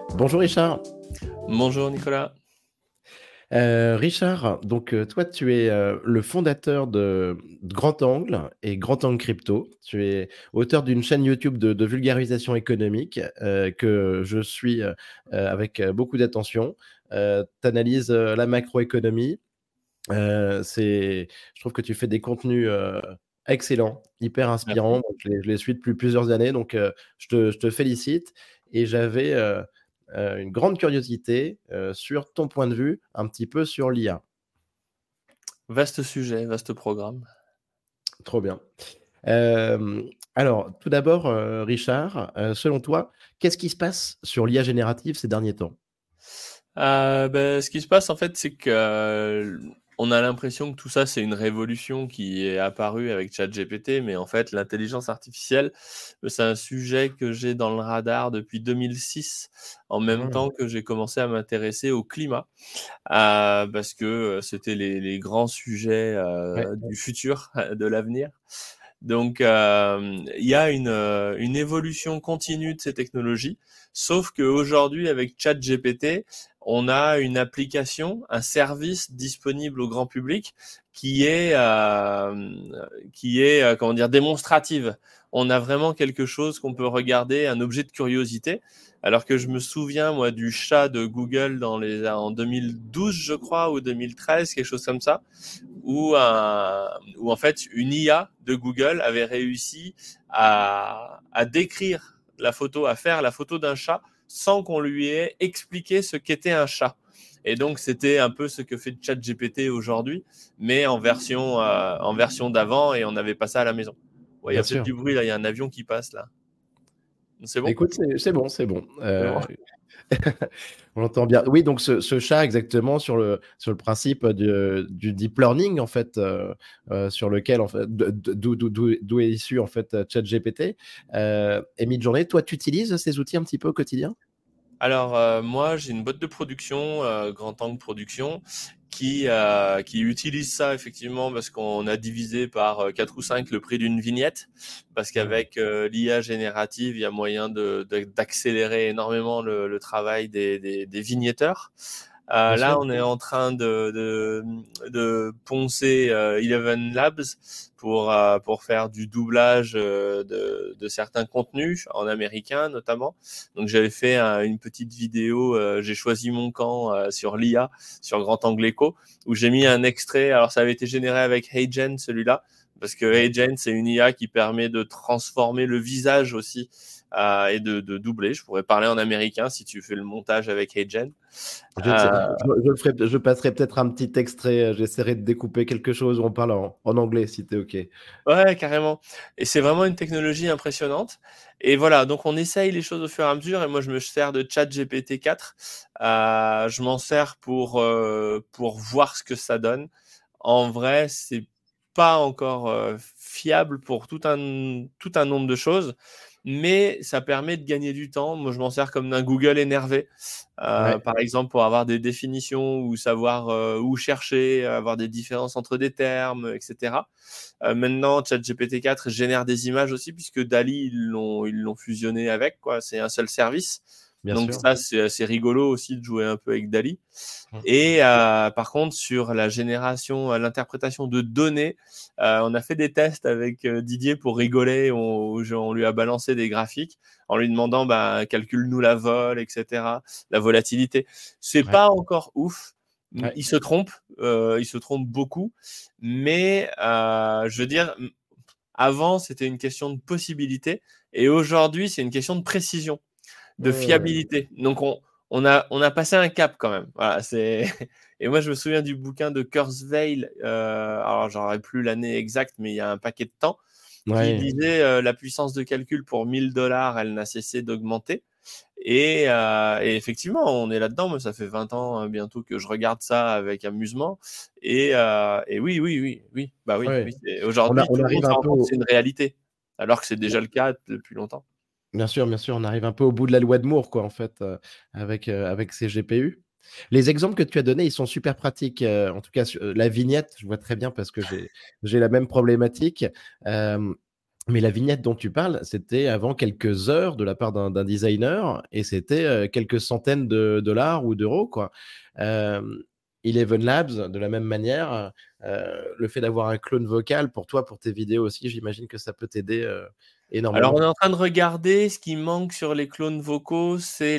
Bonjour Richard. Bonjour Nicolas. Richard, donc toi tu es le fondateur de Grand Angle et Grand Angle Crypto. Tu es auteur d'une chaîne YouTube de vulgarisation économique que je suis avec beaucoup d'attention. Tu analyses la macroéconomie. Je trouve que tu fais des contenus excellents, hyper inspirants. Merci. Donc, je les suis depuis plusieurs années, donc je te félicite. Et j'avais une grande curiosité sur ton point de vue, un petit peu sur l'IA. Vaste sujet, vaste programme. Trop bien. Euh, alors, tout d'abord, Richard, selon toi, qu'est-ce qui se passe sur l'IA générative ces derniers temps? Ce qui se passe en fait, c'est que on a l'impression que tout ça c'est une révolution qui est apparue avec ChatGPT, mais en fait l'intelligence artificielle, c'est un sujet que j'ai dans le radar depuis 2006, en même Mhm. temps que j'ai commencé à m'intéresser au climat, parce que c'était les grands sujets Ouais, du futur, de l'avenir. Donc, il y a une évolution continue de ces technologies, sauf qu'aujourd'hui, avec ChatGPT, on a une application, un service disponible au grand public qui est comment dire, démonstrative. On a vraiment quelque chose qu'on peut regarder, un objet de curiosité. Alors que je me souviens, moi, du chat de Google en 2012, je crois, ou 2013, quelque chose comme ça, où en fait une IA de Google avait réussi à décrire la photo, à faire la photo d'un chat sans qu'on lui ait expliqué ce qu'était un chat. Et donc c'était un peu ce que fait ChatGPT aujourd'hui, mais en version d'avant, et on n'avait pas ça à la maison. Ouais, il y bien a peut-être sûr. du bruit là, il y a un avion qui passe là. C'est bon? Écoute, c'est bon, c'est bon. C'est bon. On l'entend bien. Oui, donc ce chat exactement sur le principe du deep learning en fait, sur lequel en fait d'où est issu en fait ChatGPT. Et Midjourney, toi tu utilises ces outils un petit peu au quotidien? Alors, moi, j'ai une boîte de production, Grand Angle Production, qui utilise ça effectivement parce qu'on a divisé par 4 ou 5 le prix d'une vignette, parce Mmh. qu'avec l'IA générative, il y a moyen d'accélérer énormément le travail des vignetteurs. Bien Là, sûr. on est en train de poncer Eleven Labs pour faire du doublage de certains contenus en américain notamment. Donc j'avais fait une petite vidéo, j'ai choisi mon camp sur l'IA, sur Grand Angle Echo, où j'ai mis un extrait. Alors ça avait été généré avec HeyGen celui-là, parce que Ouais. HeyGen c'est une IA qui permet de transformer le visage aussi, et de doubler. Je pourrais parler en américain si tu fais le montage avec HeyGen. Euh, Je passerai peut-être un petit extrait, j'essaierai de découper quelque chose où on parle en anglais si t'es OK. Ouais, carrément. Et c'est vraiment une technologie impressionnante. Et voilà, donc on essaye les choses au fur et à mesure. Et moi, je me sers de ChatGPT 4. Je m'en sers pour voir ce que ça donne. En vrai, c'est pas encore fiable pour tout un nombre de choses, mais ça permet de gagner du temps. Moi, je m'en sers comme d'un Google énervé, Ouais, par exemple pour avoir des définitions ou savoir où chercher, avoir des différences entre des termes, etc. Maintenant, ChatGPT 4 génère des images aussi, puisque Dali, ils l'ont fusionné avec, quoi. C'est un seul service. bien Donc sûr. ça, c'est assez rigolo aussi de jouer un peu avec Dali. Mmh. Et par contre, sur la génération, l'interprétation de données, on a fait des tests avec Didier pour rigoler. On lui a balancé des graphiques en lui demandant, bah, calcule-nous la vol, etc., la volatilité. C'est Ouais, pas encore ouf. ouais. Il se trompe beaucoup, mais je veux dire, avant c'était une question de possibilité, et aujourd'hui c'est une question de précision, de Mmh. fiabilité. Donc on a passé un cap quand même. Voilà, c'est et moi je me souviens du bouquin de Kurzweil, alors j'aurais plus l'année exacte, mais il y a un paquet de temps, qui Ouais. disait la puissance de calcul pour 1000 $, elle n'a cessé d'augmenter. Et effectivement, on est là-dedans. Moi, ça fait 20 ans bientôt que je regarde ça avec amusement. Et oui, oui, oui, oui, bah oui, Ouais. oui. Aujourd'hui, On tout le monde arrive se un rend peu compte que c'est une réalité, alors que c'est au déjà le cas depuis longtemps. bien sûr, on arrive un peu au bout de la loi de Moore quoi, en fait, avec ces GPU. Les exemples que tu as donnés, ils sont super pratiques, en tout cas, la vignette, je vois très bien parce que j'ai la même problématique. Hem Mais la vignette dont tu parles, c'était avant quelques heures de la part d'un designer et c'était, quelques centaines de dollars ou d'euros, quoi. Hem, Eleven Labs, de la même manière, le fait d'avoir un clone vocal pour toi, pour tes vidéos aussi, j'imagine que ça peut t'aider, Alors, on énormément. est en train de regarder. Ce qui manque sur les clones vocaux, c'est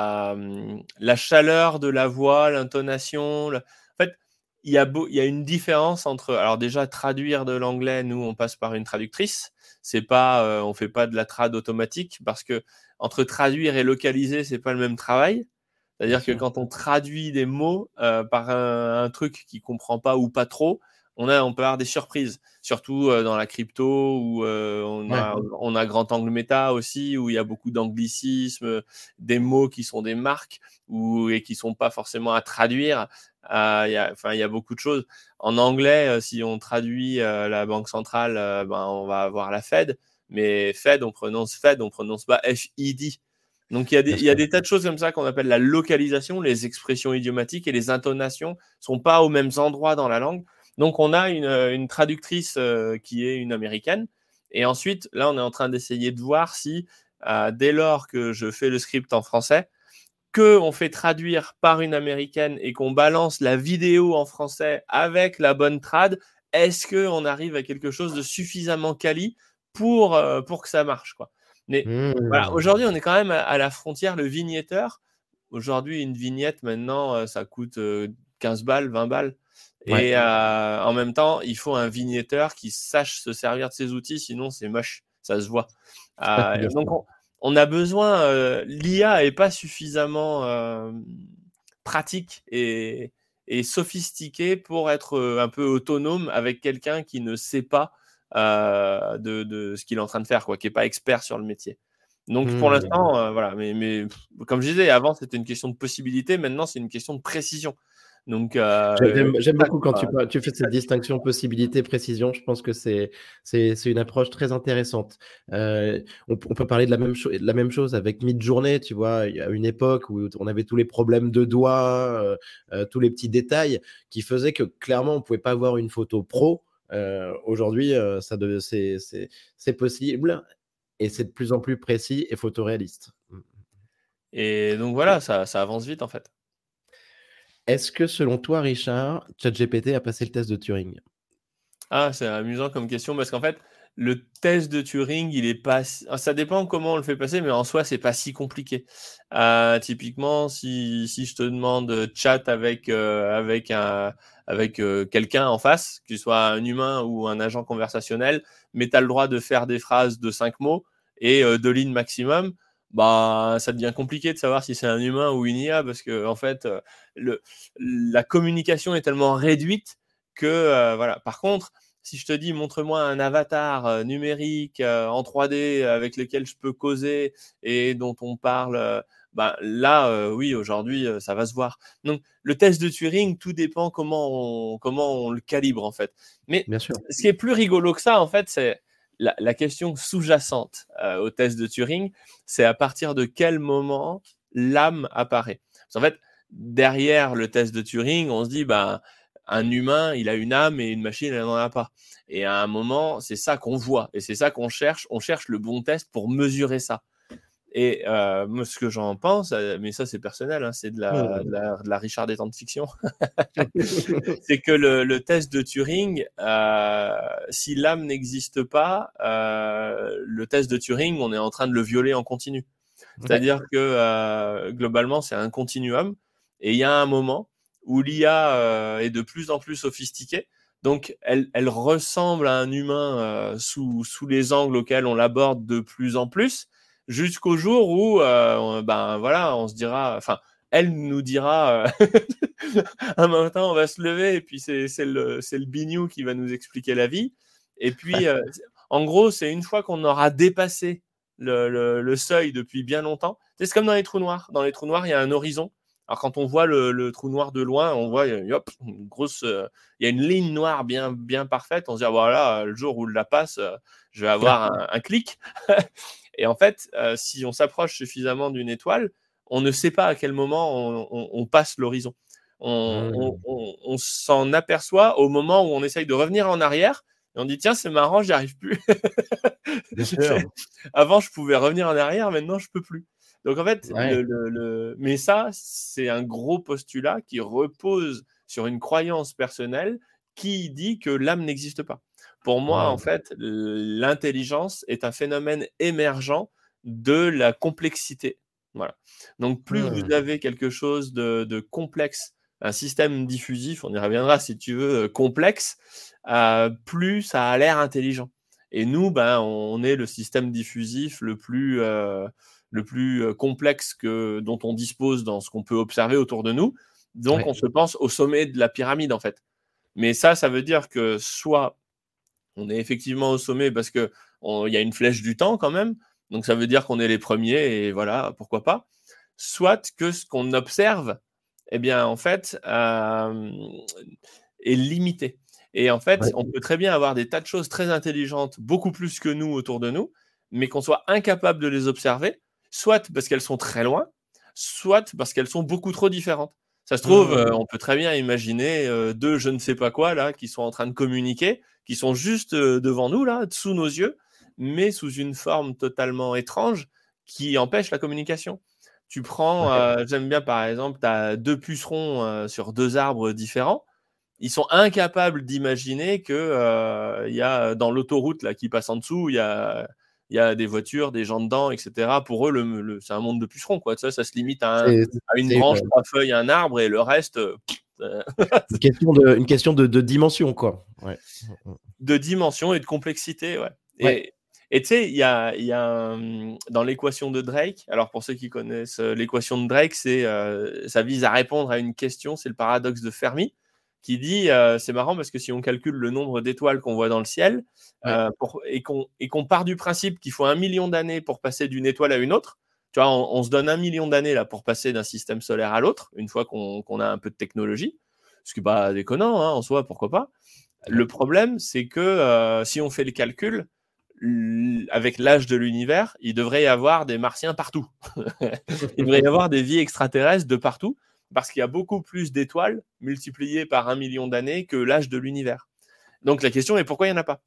la chaleur de la voix, l'intonation. En fait, il y a une différence entre. Alors, déjà, traduire de l'anglais, nous, on passe par une traductrice. C'est pas, on fait pas de la trad automatique parce que entre traduire et localiser, c'est pas le même travail. Bien C'est-à-dire que sûr. quand on traduit des mots par un truc qui comprend pas ou pas trop, on peut avoir des surprises, surtout dans la crypto où Ouais. on a grand angle méta aussi, où il y a beaucoup d'anglicismes, des mots qui sont des marques et qui sont pas forcément à traduire. Il y a beaucoup de choses. En anglais, si on traduit la banque centrale, on va avoir la Fed, mais Fed, on prononce pas FED. Donc Bien il y a sûr. des tas de choses comme ça qu'on appelle la localisation, les expressions idiomatiques et les intonations sont pas aux mêmes endroits dans la langue. Donc on a une traductrice qui est une américaine. Et ensuite, là, on est en train d'essayer de voir si, dès lors que je fais le script en français, qu'on fait traduire par une américaine et qu'on balance la vidéo en français avec la bonne trad, est-ce qu'on arrive à quelque chose de suffisamment quali pour que ça marche, quoi. Mais voilà, Mmh. aujourd'hui, on est quand même à la frontière, le vignetteur. Aujourd'hui, une vignette, maintenant, ça coûte 15 balles, 20 balles. Ouais, Et en même temps, il faut un vignetteur qui sache se servir de ces outils, sinon c'est moche, ça se voit. bien Donc sûr. on a besoin, l'IA est pas suffisamment pratique et sophistiquée pour être un peu autonome avec quelqu'un qui ne sait pas de ce qu'il est en train de faire, quoi, qui est pas expert sur le métier. Donc pour Mmh. l'instant, voilà, mais comme je disais, avant c'était une question de possibilité, maintenant c'est une question de précision. Donc J'aime ça, beaucoup quand quoi, tu fais ça cette distinction possibilité-précision. Je pense que c'est une approche très intéressante. On peut parler de la même chose avec Midjourney, tu vois? Il y a une époque où on avait tous les problèmes de doigts, tous les petits détails qui faisaient que clairement on pouvait pas avoir une photo pro. Aujourd'hui, ça de c'est possible et c'est de plus en plus précis et photoréaliste. Mmh. et donc voilà, ça avance vite en fait. Est-ce que selon toi, Richard, ChatGPT a passé le test de Turing? Ah, c'est amusant comme question parce qu'en fait, le test de Turing, il est pas ça dépend comment on le fait passer, mais en soi, c'est pas si compliqué. Typiquement, si je te demande, chat avec quelqu'un en face, que ce soit un humain ou un agent conversationnel, mais tu as le droit de faire des phrases de 5 mots et 2 lignes maximum, bah, ça devient compliqué de savoir si c'est un humain ou une IA parce que en fait, le la communication est tellement réduite que, voilà. Par contre, si je te dis montre-moi un avatar numérique en 3D avec lequel je peux causer et dont on parle, bah, là, oui, aujourd'hui, ça va se voir. Donc, le test de Turing, tout dépend comment on le calibre, en fait. Mais Bien sûr. ce qui est plus rigolo que ça, en fait, c'est la question sous-jacente au test de Turing, c'est à partir de quel moment l'âme apparaît. Parce qu'en fait, derrière le test de Turing, on se dit, bah, un humain, il a une âme et une machine, elle n'en a pas. Et à un moment, c'est ça qu'on voit et c'est ça qu'on cherche. On cherche le bon test pour mesurer ça. Et moi, ce que j'en pense, mais ça c'est personnel, hein, c'est Mmh. de la Richard des temps de fiction, c'est que le test de Turing, si l'âme n'existe pas, le test de Turing, on est en train de le violer en continu. Ouais. C'est-à-dire que globalement, c'est un continuum et il y a un moment où l'IA est de plus en plus sophistiquée. Donc, elle ressemble à un humain sous les angles auxquels on l'aborde de plus en plus, jusqu'au jour où, ben voilà, on se dira, enfin, elle nous dira, un matin, on va se lever et puis c'est le bignou qui va nous expliquer la vie. Et puis, en gros, c'est une fois qu'on aura dépassé le seuil depuis bien longtemps. C'est comme dans les trous noirs. Dans les trous noirs, il y a un horizon. Alors quand on voit le trou noir de loin, on voit hop, une grosse, il y a une ligne noire bien parfaite. On se dit ah, voilà, le jour où je la passe, je vais avoir un clic. Et en fait, si on s'approche suffisamment d'une étoile, on ne sait pas à quel moment on passe l'horizon. Mmh. On s'en aperçoit au moment où on essaye de revenir en arrière Et on dit, tiens, c'est marrant, j'y arrive plus. Bien sûr. Avant, je pouvais revenir en arrière, maintenant, je peux plus. Donc, en fait, Ouais. mais ça, c'est un gros postulat qui repose sur une croyance personnelle qui dit que l'âme n'existe pas. Pour moi, en Mmh. fait, l'intelligence est un phénomène émergent de la complexité. Voilà. Donc, plus vous Mmh. avez quelque chose de complexe, un système diffusif, on y reviendra si tu veux, complexe, plus ça a l'air intelligent. Et nous, ben, on est le système diffusif le plus complexe dont on dispose dans ce qu'on peut observer autour de nous. Donc, Ouais. on se pense au sommet de la pyramide, en fait. Mais ça veut dire que soit on est effectivement au sommet parce qu'il y a une flèche du temps quand même, donc ça veut dire qu'on est les premiers et voilà, pourquoi pas. Soit que ce qu'on observe, eh bien, en fait, est limité. Et en fait, Ouais. on peut très bien avoir des tas de choses très intelligentes, beaucoup plus que nous autour de nous, mais qu'on soit incapable de les observer, soit parce qu'elles sont très loin, soit parce qu'elles sont beaucoup trop différentes. Ça se trouve, Mmh. on peut très bien imaginer deux je ne sais pas quoi là qui sont en train de communiquer, qui sont juste devant nous là, sous nos yeux, mais sous une forme totalement étrange qui empêche la communication. Tu prends, Ouais. j'aime bien par exemple, tu as deux pucerons sur deux arbres différents. Ils sont incapables d'imaginer que il y a dans l'autoroute là qui passe en dessous, il y a des voitures, des gens dedans, etc. Pour eux, c'est un monde de pucerons, quoi. Ça se limite C'est à une c'est, branche, trois feuilles, un arbre, et le reste, une question de dimension, quoi. Ouais. Mmh mh. de dimension et de complexité, ouais. Ouais. Et tu sais, il y a dans l'équation de Drake, alors pour ceux qui connaissent l'équation de Drake, ça vise à répondre à une question, c'est le paradoxe de Fermi, qui dit, c'est marrant parce que si on calcule le nombre d'étoiles qu'on voit dans le ciel, Ouais. et qu'on part du principe qu'il faut 1 million d'années pour passer d'une étoile à une autre, tu vois, on se donne 1 million d'années là pour passer d'un système solaire à l'autre, une fois qu'on a un peu de technologie, ce qui n'est pas déconnant, hein, en soi, pourquoi pas. Le Ouais. problème, c'est que si on fait le calcul, avec l'âge de l'univers, il devrait y avoir des martiens partout. Il devrait y avoir des vies extraterrestres de partout, parce qu'il y a beaucoup plus d'étoiles multipliées par 1 million d'années que l'âge de l'univers. Donc la question est pourquoi il n'y en a pas.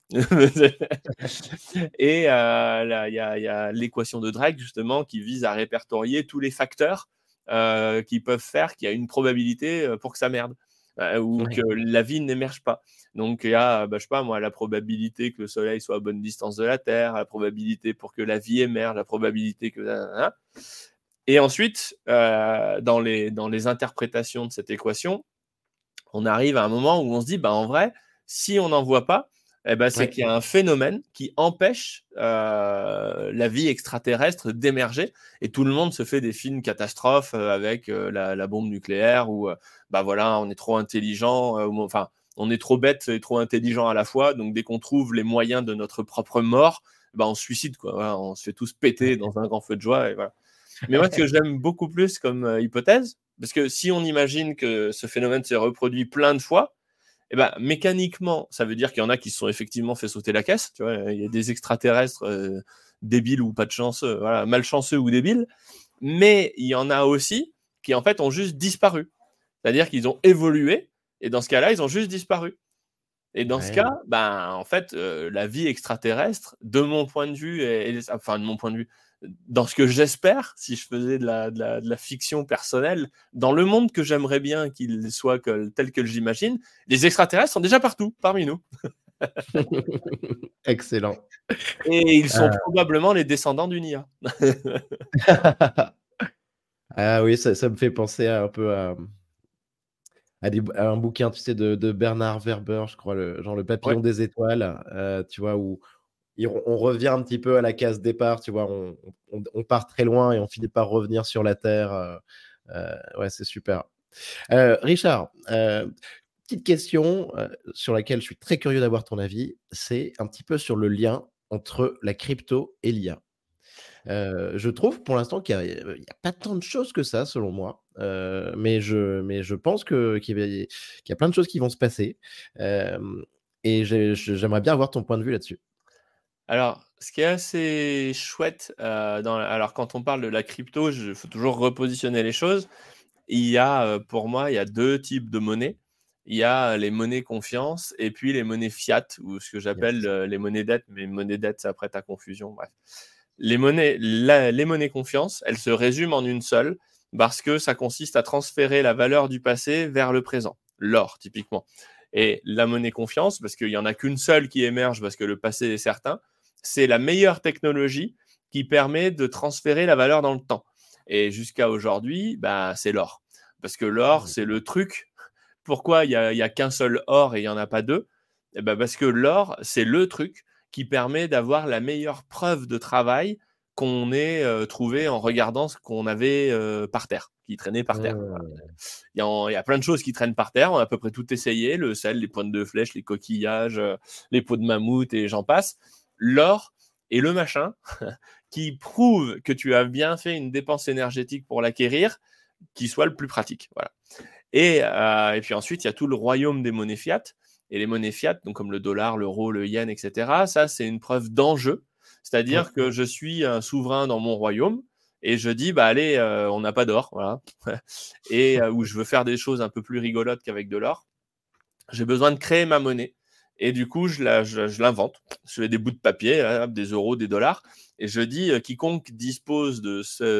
Et là, il y a l'équation de Drake, justement, qui vise à répertorier tous les facteurs qui peuvent faire qu'il y a une probabilité pour que ça merde, ou que Ouais. la vie n'émerge pas. Donc il y a, bah, je sais pas moi, la probabilité que le Soleil soit à bonne distance de la Terre, la probabilité pour que la vie émerge, la probabilité que... Et ensuite, dans les interprétations de cette équation, on arrive à un moment où on se dit, bah, en vrai, si on n'en voit pas, eh ben, c'est Ouais. qu'il y a un phénomène qui empêche la vie extraterrestre d'émerger. Et tout le monde se fait des films catastrophes avec la bombe nucléaire où bah, voilà, on est trop intelligent, enfin, on est trop bête et trop intelligent à la fois. Donc, dès qu'on trouve les moyens de notre propre mort, bah, on se suicide, quoi. Voilà, on se fait tous péter dans un grand feu de joie. Et voilà. Mais moi, ce que j'aime beaucoup plus comme hypothèse, parce que si on imagine que ce phénomène s'est reproduit plein de fois, eh ben, mécaniquement, ça veut dire qu'il y en a qui se sont effectivement fait sauter la caisse. Tu vois, il y a des extraterrestres débiles ou pas de chance, voilà, malchanceux ou débiles. Mais il y en a aussi qui, en fait, ont juste disparu. C'est-à-dire qu'ils ont évolué, et dans ce cas-là, ils ont juste disparu. Et dans ce Ouais. cas, ben, en fait, la vie extraterrestre, de mon point de vue, enfin de mon point de vue, dans ce que j'espère, si je faisais de la fiction personnelle, dans le monde que j'aimerais bien qu'il soit tel que j'imagine, les extraterrestres sont déjà partout, parmi nous. Excellent. Et ils sont Heu, probablement les descendants d'une IA. ah oui, ça me fait penser un peu à un bouquin, tu sais, de Bernard Werber, je crois, Le Ouais, Papillon des étoiles, tu vois? Où on revient un petit peu à la case départ, tu vois? On part très loin et on finit par revenir sur la terre, ouais, c'est super. Richard, petite question, sur laquelle je suis très curieux d'avoir ton avis, c'est un petit peu sur le lien entre la crypto et l'IA. Je trouve pour l'instant il y a pas tant de choses que ça selon moi, mais je pense qu'il y a plein de choses qui vont se passer, hem et j'aimerais bien avoir ton point de vue là-dessus. alors, ce qui est assez chouette, alors quand on parle de la crypto, il faut toujours repositionner les choses. Il y a, pour moi, il y a deux types de monnaie. il y a les monnaies confiance et puis les monnaies fiat, ou ce que j'appelle Yes. les monnaies dettes, mais monnaies dettes, ça prête à confusion. Bref. Les monnaies confiance, elles se résument en une seule parce que ça consiste à transférer la valeur du passé vers le présent, l'or typiquement. Et la monnaie confiance, parce qu'il n'y en a qu'une seule qui émerge parce que le passé est certain, c'est la meilleure technologie qui permet de transférer la valeur dans le temps. Et jusqu'à aujourd'hui, bah, c'est l'or. Parce que l'or, c'est le truc. Pourquoi il y a qu'un seul or et il n'y en a pas deux? Eh ben parce que l'or, c'est le truc qui permet d'avoir la meilleure preuve de travail qu'on ait trouvé en regardant ce qu'on avait par terre, qui traînait par terre. Voilà. Il y a plein de choses qui traînent par terre, on a à peu près tout essayé, le sel, les pointes de flèche, les coquillages, les peaux de mammouth et j'en passe. L'or est le machin qui prouve que tu as bien fait une dépense énergétique pour l'acquérir, qui soit le plus pratique. Voilà. Et puis ensuite, il y a tout le royaume des monnaies fiat. Et les monnaies fiat, donc comme le dollar, l'euro, le yen, etc., ça, c'est une preuve d'enjeu. C'est-à-dire que je suis un souverain dans mon royaume et je dis, bah allez, on n'a pas d'or, voilà. Et où je veux faire des choses un peu plus rigolotes qu'avec de l'or, j'ai besoin de créer ma monnaie. Et du coup, je l'invente. Je fais des bouts de papier, hein, des euros, des dollars. Et je dis, quiconque dispose de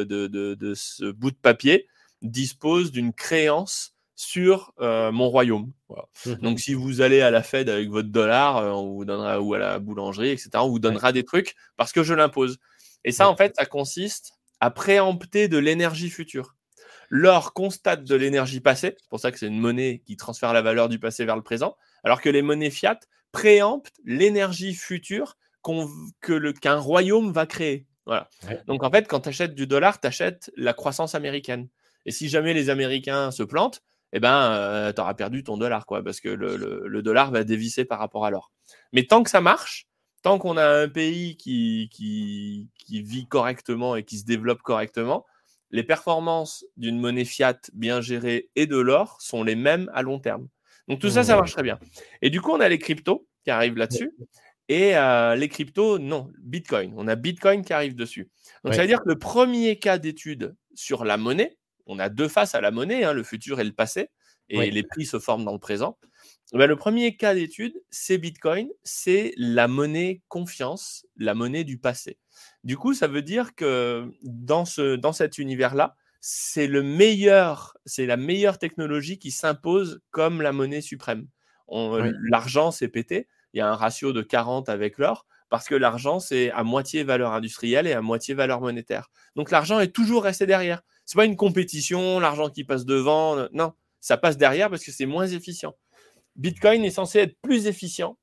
ce bout de papier dispose d'une créance sur mon royaume. Voilà. Donc, si vous allez à la Fed avec votre dollar, on vous donnera, ou à la boulangerie, etc., on vous donnera des trucs parce que je l'impose. Et ça, en fait, ça consiste à préempter de l'énergie future. L'or constate de l'énergie passée, c'est pour ça que c'est une monnaie qui transfère la valeur du passé vers le présent, alors que les monnaies fiat préemptent l'énergie future qu'un royaume va créer. Voilà. Ouais. Donc en fait, quand tu achètes du dollar, tu achètes la croissance américaine. Et si jamais les Américains se plantent, eh ben, tu auras perdu ton dollar, quoi, parce que le dollar va dévisser par rapport à l'or. Mais tant que ça marche, tant qu'on a un pays qui vit correctement et qui se développe correctement, les performances d'une monnaie fiat bien gérée et de l'or sont les mêmes à long terme. Donc tout ça, ça marche très bien. Et du coup, on a les cryptos qui arrivent là-dessus. Et les cryptos, non, Bitcoin. On a Bitcoin qui arrive dessus. Donc ça veut dire que le premier cas d'étude sur la monnaie, on a deux faces à la monnaie, hein, le futur et le passé, et les prix se forment dans le présent. Ben, le premier cas d'étude, c'est Bitcoin, c'est la monnaie confiance, la monnaie du passé. Du coup, ça veut dire que dans cet univers-là, c'est la meilleure technologie qui s'impose comme la monnaie suprême. L'argent s'est pété, il y a un ratio de 40 avec l'or, parce que l'argent, c'est à moitié valeur industrielle et à moitié valeur monétaire. Donc l'argent est toujours resté derrière. Ce n'est pas une compétition, l'argent qui passe devant, non, ça passe derrière parce que c'est moins efficient. Bitcoin est censé être plus efficient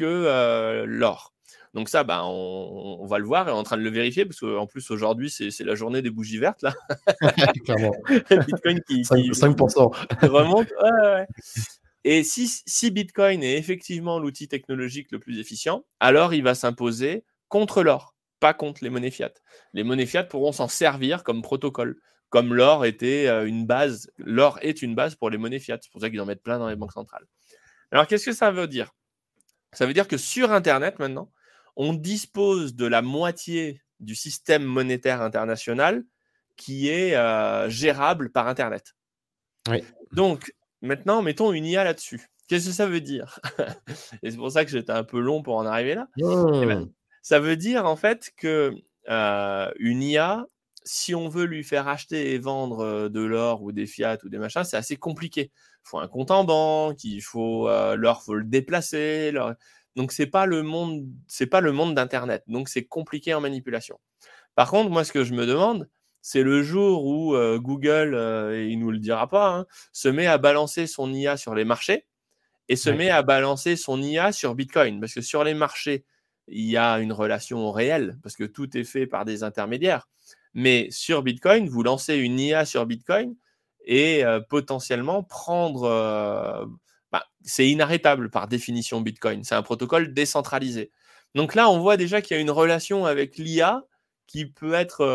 que l'or. Donc ça, bah, on va le voir et on est en train de le vérifier parce qu'en plus aujourd'hui, c'est la journée des bougies vertes là. Clairement. Bitcoin qui 5%. remonte. Ouais. Et si Bitcoin est effectivement l'outil technologique le plus efficient, alors il va s'imposer contre l'or, pas contre les monnaies fiat. Les monnaies fiat pourront s'en servir comme protocole, comme l'or était une base. L'or est une base pour les monnaies fiat. C'est pour ça qu'ils en mettent plein dans les banques centrales. Alors, qu'est-ce que ça veut dire? Ça veut dire que sur Internet, maintenant, on dispose de la moitié du système monétaire international qui est gérable par Internet. Oui. Donc, maintenant, mettons une IA là-dessus. Qu'est-ce que ça veut dire? Et c'est pour ça que j'étais un peu long pour en arriver là. Eh ben, ça veut dire en fait que une IA, si on veut lui faire acheter et vendre de l'or ou des fiat ou des machins, c'est assez compliqué. Il faut un compte en banque, l'or, faut le déplacer. Donc c'est pas le monde d'Internet. Donc c'est compliqué en manipulation. Par contre, moi, ce que je me demande, c'est le jour où Google, et il nous le dira pas, hein, se met à balancer son IA sur les marchés et se met à balancer son IA sur Bitcoin. Parce que sur les marchés, il y a une relation réelle, parce que tout est fait par des intermédiaires. Mais sur Bitcoin, vous lancez une IA sur Bitcoin et potentiellement prendre... c'est inarrêtable par définition Bitcoin. C'est un protocole décentralisé. Donc là, on voit déjà qu'il y a une relation avec l'IA qui peut être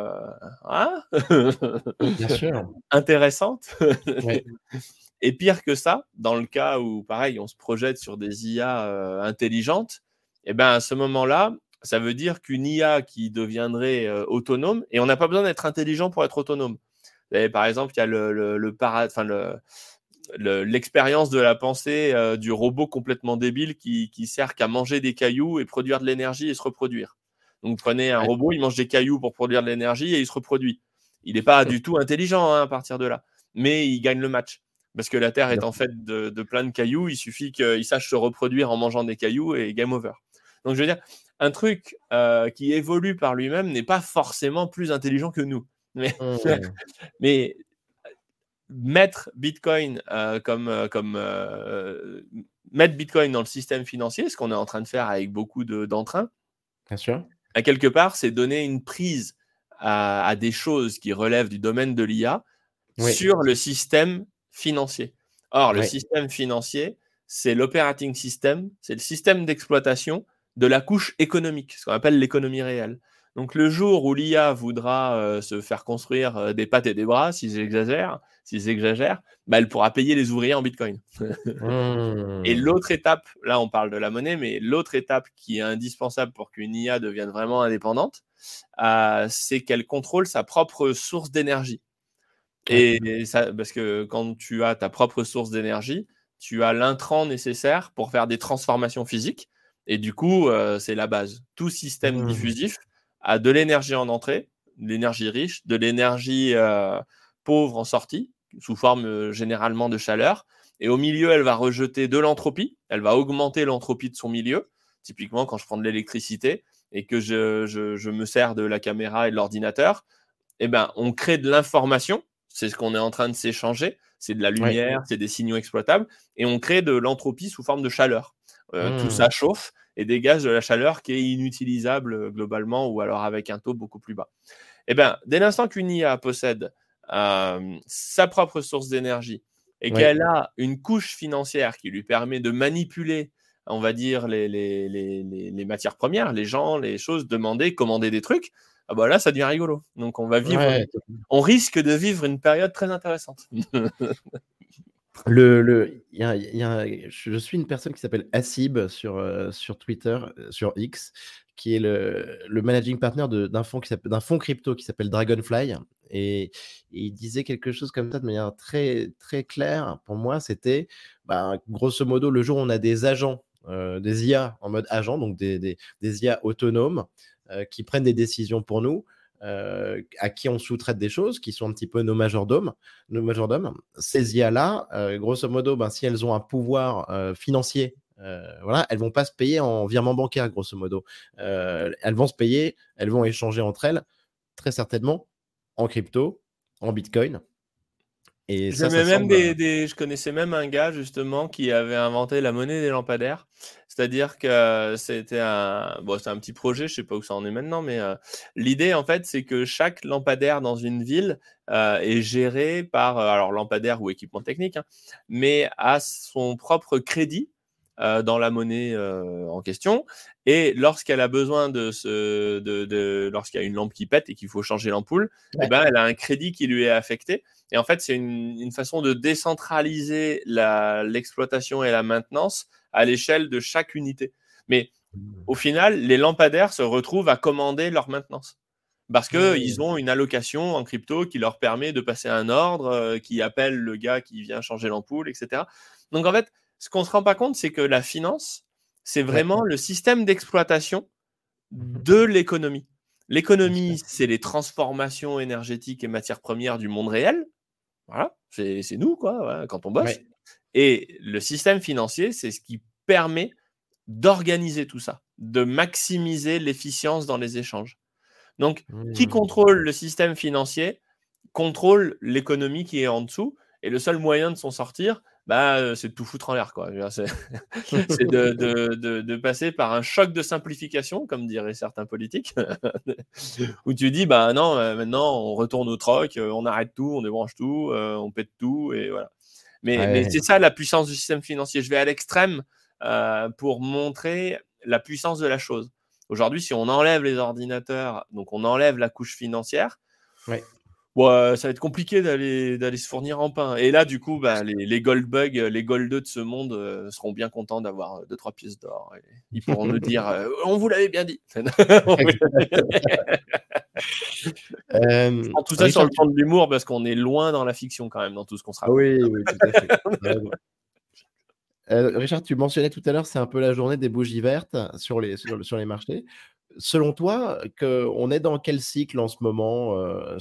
Bien sûr. intéressante. Ouais. Et pire que ça, dans le cas où, pareil, on se projette sur des IA intelligentes, et ben à ce moment-là, ça veut dire qu'une IA qui deviendrait autonome, et on n'a pas besoin d'être intelligent pour être autonome. Et par exemple, il y a l'expérience de la pensée du robot complètement débile qui sert qu'à manger des cailloux et produire de l'énergie et se reproduire. Donc, prenez un robot, il mange des cailloux pour produire de l'énergie et il se reproduit. Il n'est pas du tout intelligent à partir de là, mais il gagne le match. Parce que la Terre est en fait de plein de cailloux, il suffit qu'il sache se reproduire en mangeant des cailloux et game over. Donc, je veux dire, un truc qui évolue par lui-même n'est pas forcément plus intelligent que nous. Mais mettre Bitcoin mettre Bitcoin dans le système financier, ce qu'on est en train de faire avec beaucoup d'entrain, bien sûr, à quelque part, c'est donner une prise à des choses qui relèvent du domaine de l'IA sur le système financier. Or, le système financier, c'est l'operating system, c'est le système d'exploitation de la couche économique, ce qu'on appelle l'économie réelle. Donc, le jour où l'IA voudra se faire construire des pattes et des bras, s'ils exagèrent, bah, elle pourra payer les ouvriers en Bitcoin. Et l'autre étape, là on parle de la monnaie, mais l'autre étape qui est indispensable pour qu'une IA devienne vraiment indépendante, c'est qu'elle contrôle sa propre source d'énergie. Et ça, parce que quand tu as ta propre source d'énergie, tu as l'intrant nécessaire pour faire des transformations physiques. Et du coup, c'est la base. Tout système diffusif a de l'énergie en entrée, de l'énergie riche, de l'énergie pauvre en sortie, sous forme généralement de chaleur. Et au milieu, elle va rejeter de l'entropie. Elle va augmenter l'entropie de son milieu. Typiquement, quand je prends de l'électricité et que je me sers de la caméra et de l'ordinateur, eh ben, on crée de l'information. C'est ce qu'on est en train de s'échanger. C'est de la lumière, c'est des signaux exploitables. Et on crée de l'entropie sous forme de chaleur. Tout ça chauffe et dégage de la chaleur qui est inutilisable globalement ou alors avec un taux beaucoup plus bas. Eh ben, dès l'instant qu'une IA possède sa propre source d'énergie et qu'elle a une couche financière qui lui permet de manipuler, on va dire, les matières premières, les gens, les choses, demander, commander des trucs, ah bah là, ça devient rigolo. Donc, on risque de vivre une période très intéressante. Je suis une personne qui s'appelle Hassib sur Twitter, sur X, qui est le managing partner d'un fonds crypto qui s'appelle Dragonfly. Et il disait quelque chose comme ça de manière très, très claire. Pour moi, c'était, grosso modo, le jour où on a des agents, des IA en mode agent, donc des IA autonomes qui prennent des décisions pour nous, à qui on sous-traite des choses, qui sont un petit peu nos majordomes. Ces IA-là, grosso modo, si elles ont un pouvoir financier, elles vont pas se payer en virement bancaire, grosso modo. Elles vont se payer, elles vont échanger entre elles, très certainement, en crypto, en Bitcoin. Et je connaissais même un gars justement qui avait inventé la monnaie des lampadaires. C'est-à-dire que c'est un petit projet, je sais pas où ça en est maintenant, mais l'idée en fait c'est que chaque lampadaire dans une ville est géré par alors lampadaire ou équipement technique, mais a son propre crédit dans la monnaie en question. Et lorsqu'elle a besoin lorsqu'il y a une lampe qui pète et qu'il faut changer l'ampoule, elle a un crédit qui lui est affecté. Et en fait, c'est une façon de décentraliser l'exploitation et la maintenance à l'échelle de chaque unité. Mais au final, les lampadaires se retrouvent à commander leur maintenance. Parce qu'ils ont une allocation en crypto qui leur permet de passer un ordre, qui appelle le gars qui vient changer l'ampoule, etc. Donc en fait, ce qu'on ne se rend pas compte, c'est que la finance, c'est vraiment le système d'exploitation de l'économie. L'économie, c'est les transformations énergétiques et matières premières du monde réel. Voilà, c'est nous, quoi, voilà, quand on bosse. Et le système financier, c'est ce qui permet d'organiser tout ça, de maximiser l'efficience dans les échanges. Donc, qui contrôle le système financier contrôle l'économie qui est en dessous. Et le seul moyen de s'en sortir, c'est de tout foutre en l'air, quoi. C'est de passer par un choc de simplification, comme diraient certains politiques, où tu dis, non, maintenant, on retourne au troc, on arrête tout, on débranche tout, on pète tout, et voilà. Mais c'est ça la puissance du système financier. Je vais à l'extrême pour montrer la puissance de la chose. Aujourd'hui, si on enlève les ordinateurs, donc on enlève la couche financière, Ouais, ça va être compliqué d'aller se fournir en pain. Et là, du coup, bah, les Goldbug, les Goldeux de ce monde seront bien contents d'avoir 2-3 pièces d'or. Et ils pourront nous dire on vous l'avait bien dit. Tout ça sur Richard, le plan de l'humour, parce qu'on est loin dans la fiction quand même, dans tout ce qu'on se raconte. oui, oui, tout à fait. Richard, tu mentionnais tout à l'heure, c'est un peu la journée des bougies vertes sur les marchés. Selon toi, on est dans quel cycle en ce moment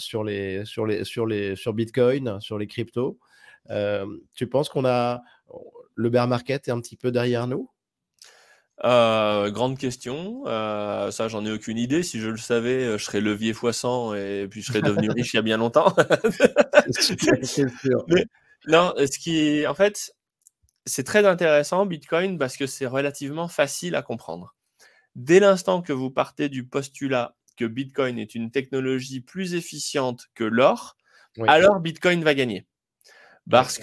sur Bitcoin, sur les cryptos? Tu penses le bear market est un petit peu derrière nous? Grande question. Ça, j'en ai aucune idée. Si je le savais, je serais levier x100 et puis je serais devenu riche il y a bien longtemps. C'est sûr. Mais non, en fait, c'est très intéressant Bitcoin parce que c'est relativement facile à comprendre. Dès l'instant que vous partez du postulat que Bitcoin est une technologie plus efficiente que l'or, Oui, alors Bitcoin va gagner. oui, Parce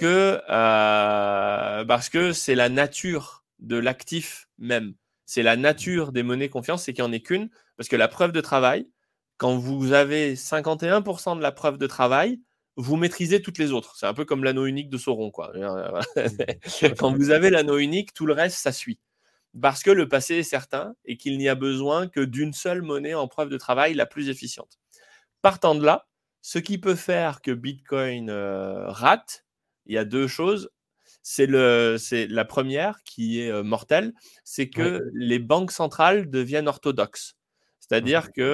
que c'est la nature de l'actif même. C'est la nature des monnaies confiance, c'est qu'il n'y en ait qu'une. Parce que la preuve de travail, quand vous avez 51% de la preuve de travail, vous maîtrisez toutes les autres. C'est un peu comme l'anneau unique de Sauron, quoi. Quand vous avez l'anneau unique, tout le reste, ça suit. Parce que le passé est certain et qu'il n'y a besoin que d'une seule monnaie en preuve de travail la plus efficiente. Partant de là, ce qui peut faire que Bitcoin rate, il y a deux choses. C'est la première qui est mortelle, c'est oui. que les banques centrales deviennent orthodoxes. C'est-à-dire que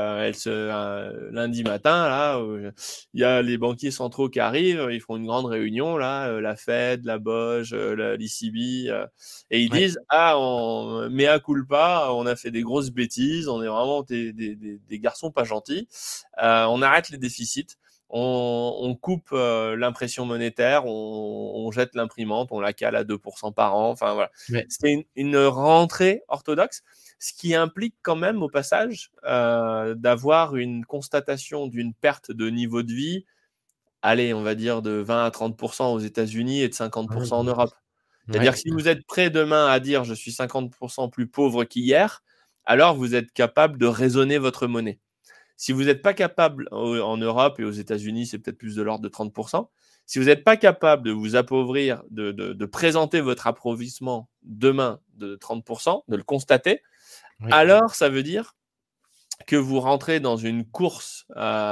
lundi matin, là, il y a les banquiers centraux qui arrivent, ils font une grande réunion, là, la Fed, la BOJ, l'ECB, et ils Ouais. disent mea culpa, on a fait des grosses bêtises, on est vraiment des garçons pas gentils, on arrête les déficits. On coupe l'impression monétaire, on jette l'imprimante, on la cale à 2% par an. Enfin voilà, Ouais. c'était une rentrée orthodoxe, ce qui implique quand même au passage d'avoir une constatation d'une perte de niveau de vie, allez, on va dire de 20 à 30% aux États-Unis et de 50% en Europe. C'est-à-dire que Ouais. si vous êtes prêt demain à dire je suis 50% plus pauvre qu'hier, alors vous êtes capable de raisonner votre monnaie. Si vous n'êtes pas capable, en Europe et aux États-Unis, c'est peut-être plus de l'ordre de 30%, si vous n'êtes pas capable de vous appauvrir, de présenter votre appauvrissement demain de 30%, de le constater, Oui. alors ça veut dire que vous rentrez dans une course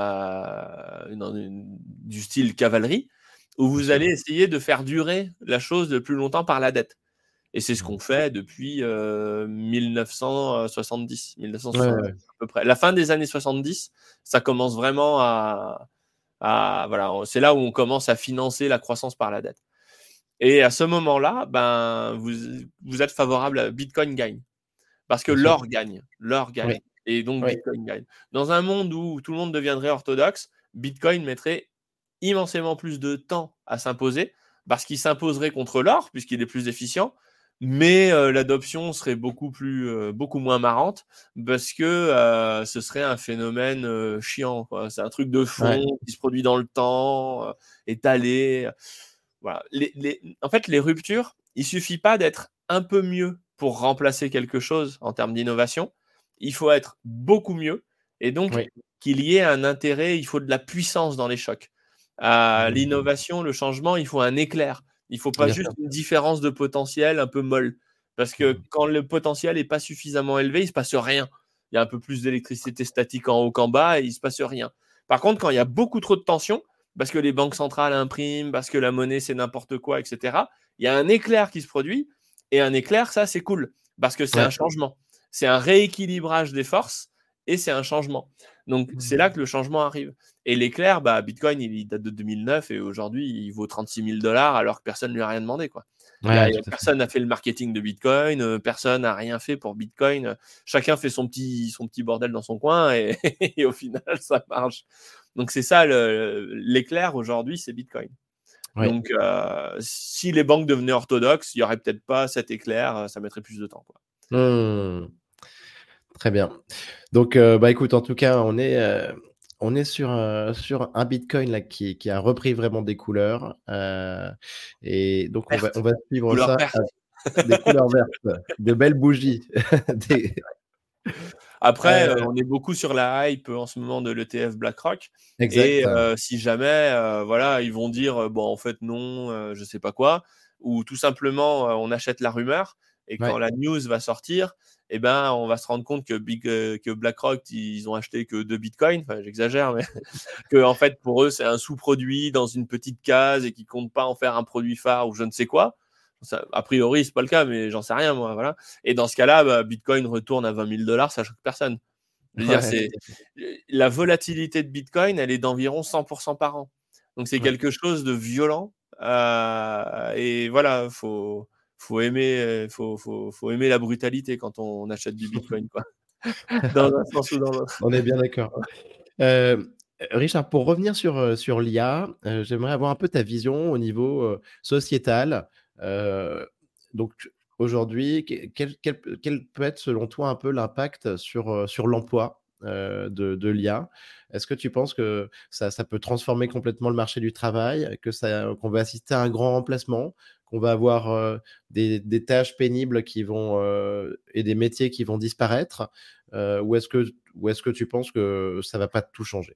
du style cavalerie, où Bien vous sûr. allez essayer de faire durer la chose le plus longtemps par la dette. Et c'est ce Mmh. qu'on fait depuis 1970, Ouais, 1970 ouais. à peu près. La fin des années 70, ça commence vraiment voilà, c'est là où on commence à financer la croissance par la dette. Et à ce moment-là, ben, vous êtes favorable à Bitcoin gagne. Parce que Bien sûr. l'or gagne. Oui, Et donc oui. Bitcoin gagne. Dans un monde où tout le monde deviendrait orthodoxe, Bitcoin mettrait immensément plus de temps à s'imposer parce qu'il s'imposerait contre l'or puisqu'il est plus efficient, mais l'adoption serait beaucoup moins marrante parce que ce serait un phénomène chiant, quoi. C'est un truc de Ouais. fond qui se produit dans le temps, étalé. Voilà. En fait, les ruptures, il suffit pas d'être un peu mieux pour remplacer quelque chose en termes d'innovation. Il faut être beaucoup mieux et donc Oui. qu'il y ait un intérêt, il faut de la puissance dans les chocs. Mmh. L'innovation, le changement, il faut un éclair. Il faut pas Bien juste sûr. une différence de potentiel un peu molle. Parce que Mmh. quand le potentiel est pas suffisamment élevé, il se passe rien. Il y a un peu plus d'électricité statique en haut qu'en bas et il se passe rien. Par contre, quand il y a beaucoup trop de tension, parce que les banques centrales impriment, parce que la monnaie c'est n'importe quoi, etc., il y a un éclair qui se produit. Et un éclair, ça c'est cool, parce que c'est un Ouais. changement. C'est un rééquilibrage des forces et c'est un changement. Donc c'est là Mmh. que le changement arrive. Et l'éclair, bah, Bitcoin, il date de 2009 et aujourd'hui, il vaut 36 000 dollars alors que personne ne lui a rien demandé, quoi. Ouais, tout à fait. Personne n'a fait le marketing de Bitcoin, personne n'a rien fait pour Bitcoin. Chacun fait son petit bordel dans son coin et, et au final, ça marche. Donc c'est ça, l'éclair aujourd'hui, c'est Bitcoin. Ouais. Donc si les banques devenaient orthodoxes, il n'y aurait peut-être pas cet éclair, ça mettrait plus de temps, quoi. Mmh. Très bien. Donc, bah, écoute, en tout cas, on est sur un bitcoin là qui a repris vraiment des couleurs, et donc on Verte, va suivre couleur ça verte. des couleurs vertes, de belles bougies, des Après, on est beaucoup sur la hype en ce moment de l'ETF BlackRock. Et Exact. si jamais, voilà, ils vont dire, bon, en fait, non, je sais pas quoi, ou tout simplement, on achète la rumeur, et quand Ouais. la news va sortir, eh ben, on va se rendre compte que BlackRock, ils ont acheté que 2 bitcoins. Enfin, j'exagère, mais que, en fait, pour eux, c'est un sous-produit dans une petite case et qu'ils comptent pas en faire un produit phare ou je ne sais quoi. Ça, a priori, c'est pas le cas, mais j'en sais rien, moi, voilà. Et dans ce cas-là, bah, Bitcoin retourne à 20 000 $, ça choque personne. Je veux dire, Ouais. c'est la volatilité de Bitcoin, elle est d'environ 100% par an. Donc c'est Ouais. quelque chose de violent. Et voilà, faut aimer la brutalité quand on achète du Bitcoin, quoi. Dans un sens ou dans l'autre. On est bien d'accord. Richard, pour revenir sur l'IA, j'aimerais avoir un peu ta vision au niveau, sociétal. Heu, donc aujourd'hui, quel peut être selon toi un peu l'impact sur l'emploi, de l'IA? Est-ce que tu penses que ça peut transformer complètement le marché du travail, qu'on va assister à un grand remplacement, qu'on va avoir, des tâches pénibles et des métiers qui vont disparaître? Ou est-ce que tu penses que ça va pas tout changer?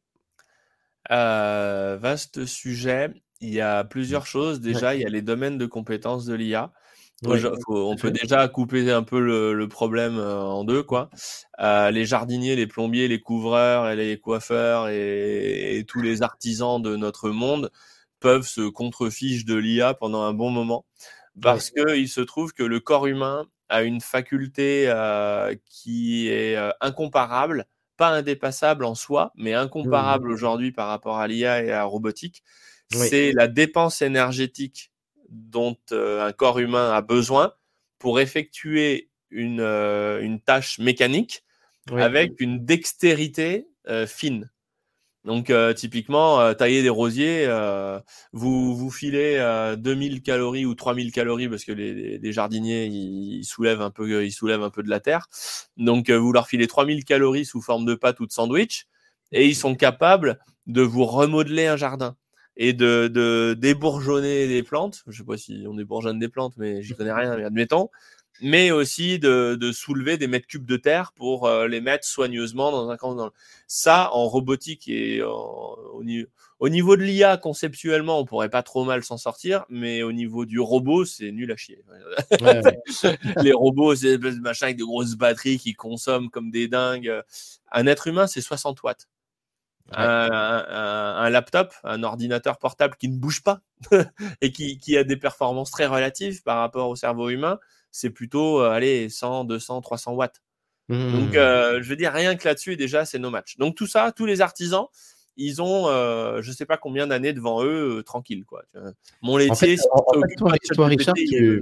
Vaste sujet. Il y a Mmh. plusieurs choses. Ouais, Déjà, il y a les domaines de compétences de l'IA. ouais, tout On à peut fait. déjà couper un peu le problème en deux, quoi. Les jardiniers, les plombiers, les couvreurs et les coiffeurs et tous les artisans de notre monde peuvent se contrefiche de l'IA pendant un bon moment, Oui. parce qu'il se trouve que le corps humain a une faculté qui est incomparable, pas indépassable en soi, mais Mmh. incomparable aujourd'hui par rapport à l'IA et à la robotique. Oui, C'est la dépense énergétique dont un corps humain a besoin pour effectuer une tâche mécanique oui, avec une dextérité fine. Donc, typiquement, tailler des rosiers, vous filez 2000 calories ou 3000 calories parce que les jardiniers, ils soulèvent un peu de la terre. Donc, vous leur filez 3000 calories sous forme de pâte ou de sandwich, et ils sont capables de vous remodeler un jardin et de débourgeonner des plantes. Je sais pas si on débourgeonne des plantes, mais j'y connais rien, mais admettons. Mais aussi de soulever des mètres cubes de terre pour les mettre soigneusement dans un camp. Ça, en robotique et au niveau de l'IA, conceptuellement, on pourrait pas trop mal s'en sortir, mais au niveau du robot, c'est nul à chier. ouais, ouais, Les robots, c'est des machins avec de grosses batteries qui consomment comme des dingues. Un être humain, c'est 60 watts. ouais. Un laptop, un ordinateur portable qui ne bouge pas et qui a des performances très relatives par rapport au cerveau humain, c'est plutôt, allez, 100, 200, 300 watts. Donc, Mmh. je veux dire, rien que là-dessus, déjà, c'est no match. Donc, tout ça, tous les artisans, ils ont, je sais pas combien d'années devant eux, tranquille, quoi. Mon En fait laitier, s'il en fait, s'occupe pas de toi ChatGPT, Richard, il est.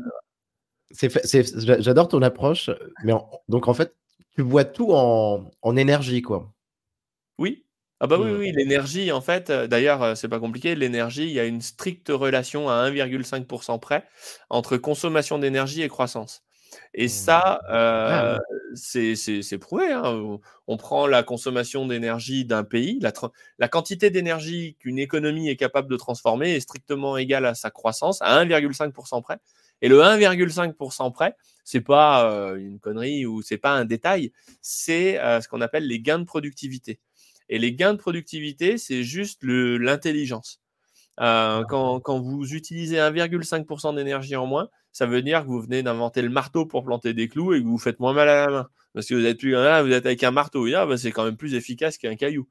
j'adore ton approche, mais donc en fait, tu vois tout en énergie, quoi? Oui. Ah bah, oui, Mmh. oui, l'énergie, en fait, d'ailleurs, c'est pas compliqué. L'énergie, il y a une stricte relation à 1,5 % près entre consommation d'énergie et croissance. Et Mmh. ça, Ah oui. c'est prouvé, hein. On prend la consommation d'énergie d'un pays, la quantité d'énergie qu'une économie est capable de transformer est strictement égale à sa croissance, à 1,5 % près. Et le 1,5 % près, c'est pas une connerie ou c'est pas un détail, c'est ce qu'on appelle les gains de productivité. Et les gains de productivité, c'est juste l'intelligence. Quand vous utilisez 1,5 % d'énergie en moins, ça veut dire que vous venez d'inventer le marteau pour planter des clous et que vous vous faites moins mal à la main. Parce que vous êtes avec un marteau, et bah, c'est quand même plus efficace qu'un caillou.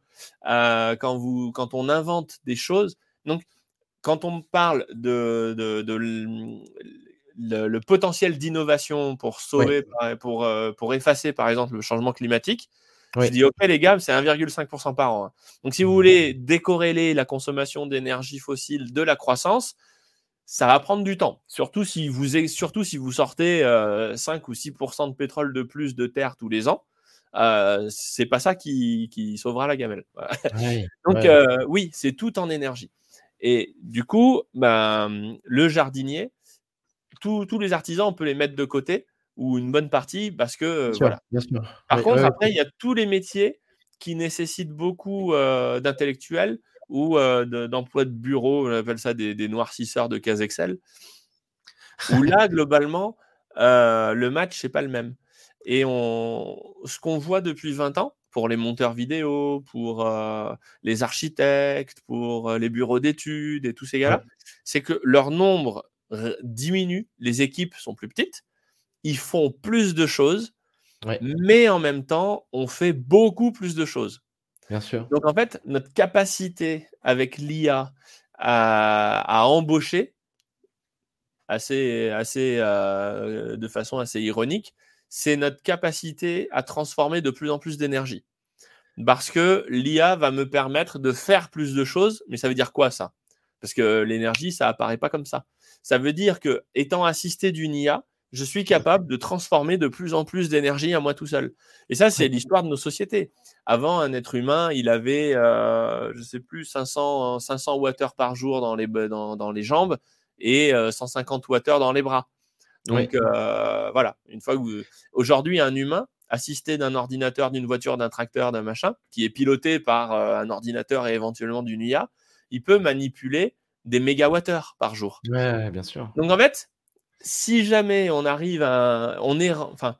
Quand on invente des choses, donc quand on parle de le potentiel d'innovation pour Oui, sauver, pour effacer par exemple le changement climatique, je oui. dis ok les gars, c'est 1,5 % par an, hein. Donc si vous Mmh. voulez décorréler la consommation d'énergie fossile de la croissance, ça va prendre du temps. Surtout si vous sortez 5 ou 6% de pétrole de plus de terre tous les ans. C'est pas ça qui sauvera la gamelle. Voilà. Ouais, Donc, ouais. oui, c'est tout en énergie. Et du coup, ben, le jardinier, tous les artisans, on peut les mettre de côté ou une bonne partie parce que, Bien sûr, voilà. bien sûr. Par Oui, ouais, contre, ouais, après, il y a tous les métiers qui nécessitent beaucoup d'intellectuels ou d'emplois de bureau, on appelle ça des noircisseurs de cases Excel, où là, globalement, le match, c'est pas le même. Et ce qu'on voit depuis 20 ans, pour les monteurs vidéo, pour les architectes, pour les bureaux d'études et tous ces Ouais, gars-là, c'est que leur nombre diminue, les équipes sont plus petites, ils font plus de choses, ouais, mais en même temps, on fait beaucoup plus de choses. bien sûr. Donc en fait, notre capacité avec l'IA à embaucher, de façon assez ironique, c'est notre capacité à transformer de plus en plus d'énergie. Parce que l'IA va me permettre de faire plus de choses, mais ça veut dire quoi ça? Parce que l'énergie, ça apparaît pas comme ça. Ça veut dire que, étant assisté d'une IA, je suis capable de transformer de plus en plus d'énergie à moi tout seul. Et ça, c'est Ouais, l'histoire de nos sociétés. Avant, un être humain, il avait, je sais plus, 500 Wh par jour dans les jambes et 150 Wh dans les bras. Donc ouais, voilà, une fois que aujourd'hui, un humain assisté d'un ordinateur, d'une voiture, d'un tracteur, d'un machin, qui est piloté par un ordinateur et éventuellement d'une IA, il peut manipuler des mégawattheures par jour. ouais, bien sûr. Donc en fait, si jamais on arrive à, enfin,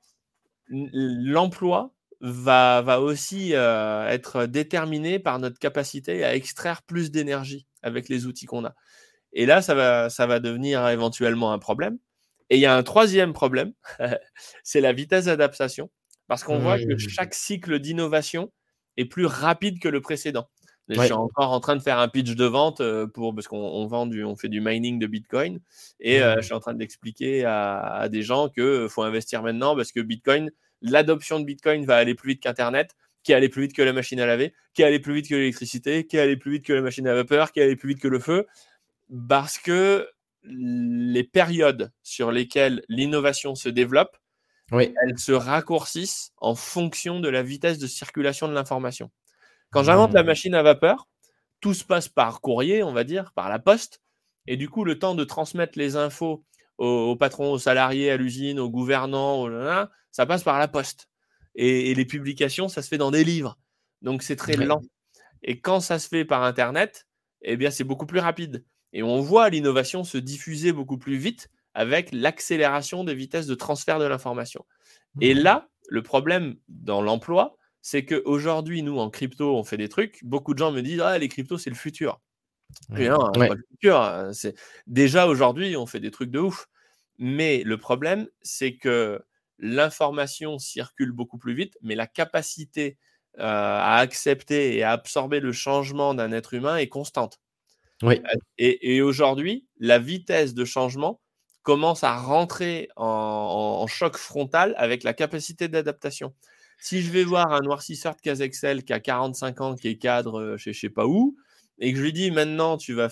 l'emploi va aussi être déterminé par notre capacité à extraire plus d'énergie avec les outils qu'on a. Et là, ça va devenir éventuellement un problème. Et il y a un troisième problème, c'est la vitesse d'adaptation, parce qu'on voit que Mmh. chaque cycle d'innovation est plus rapide que le précédent. Je suis Ouais. encore en train de faire un pitch de vente parce on fait du mining de Bitcoin, et je Mmh. suis en train d'expliquer à des gens qu'il faut investir maintenant parce que Bitcoin, l'adoption de Bitcoin va aller plus vite qu'Internet, qui allait plus vite que la machine à laver, qui allait plus vite que l'électricité, qui allait plus vite que la machine à vapeur, qui allait plus vite que le feu, parce que les périodes sur lesquelles l'innovation se développe, Oui. elles se raccourcissent en fonction de la vitesse de circulation de l'information. Quand j'invente la Mmh. machine à vapeur, tout se passe par courrier, on va dire, par la poste, et du coup, le temps de transmettre les infos aux patrons, aux salariés, à l'usine, aux gouvernants, ça passe par la poste. Et les publications, ça se fait dans des livres. Donc, c'est très Ouais. lent. Et quand ça se fait par Internet, eh bien, c'est beaucoup plus rapide. Et on voit l'innovation se diffuser beaucoup plus vite avec l'accélération des vitesses de transfert de l'information. Et Mmh. là, le problème dans l'emploi, c'est qu'aujourd'hui, nous, en crypto, on fait des trucs. Beaucoup de gens me disent: «Ah, les cryptos, c'est le futur». Je dis: Mmh. «Non, c'est Ouais. pas le futur, c'est déjà aujourd'hui, on fait des trucs de ouf». Mais le problème, c'est que l'information circule beaucoup plus vite, mais la capacité, à accepter et à absorber le changement d'un être humain est constante. Oui. Et aujourd'hui, la vitesse de changement commence à rentrer en choc frontal avec la capacité d'adaptation. Si je vais voir un noircisseur de case Excel qui a 45 ans, qui est cadre, chez je sais pas où, et que je lui dis: «Maintenant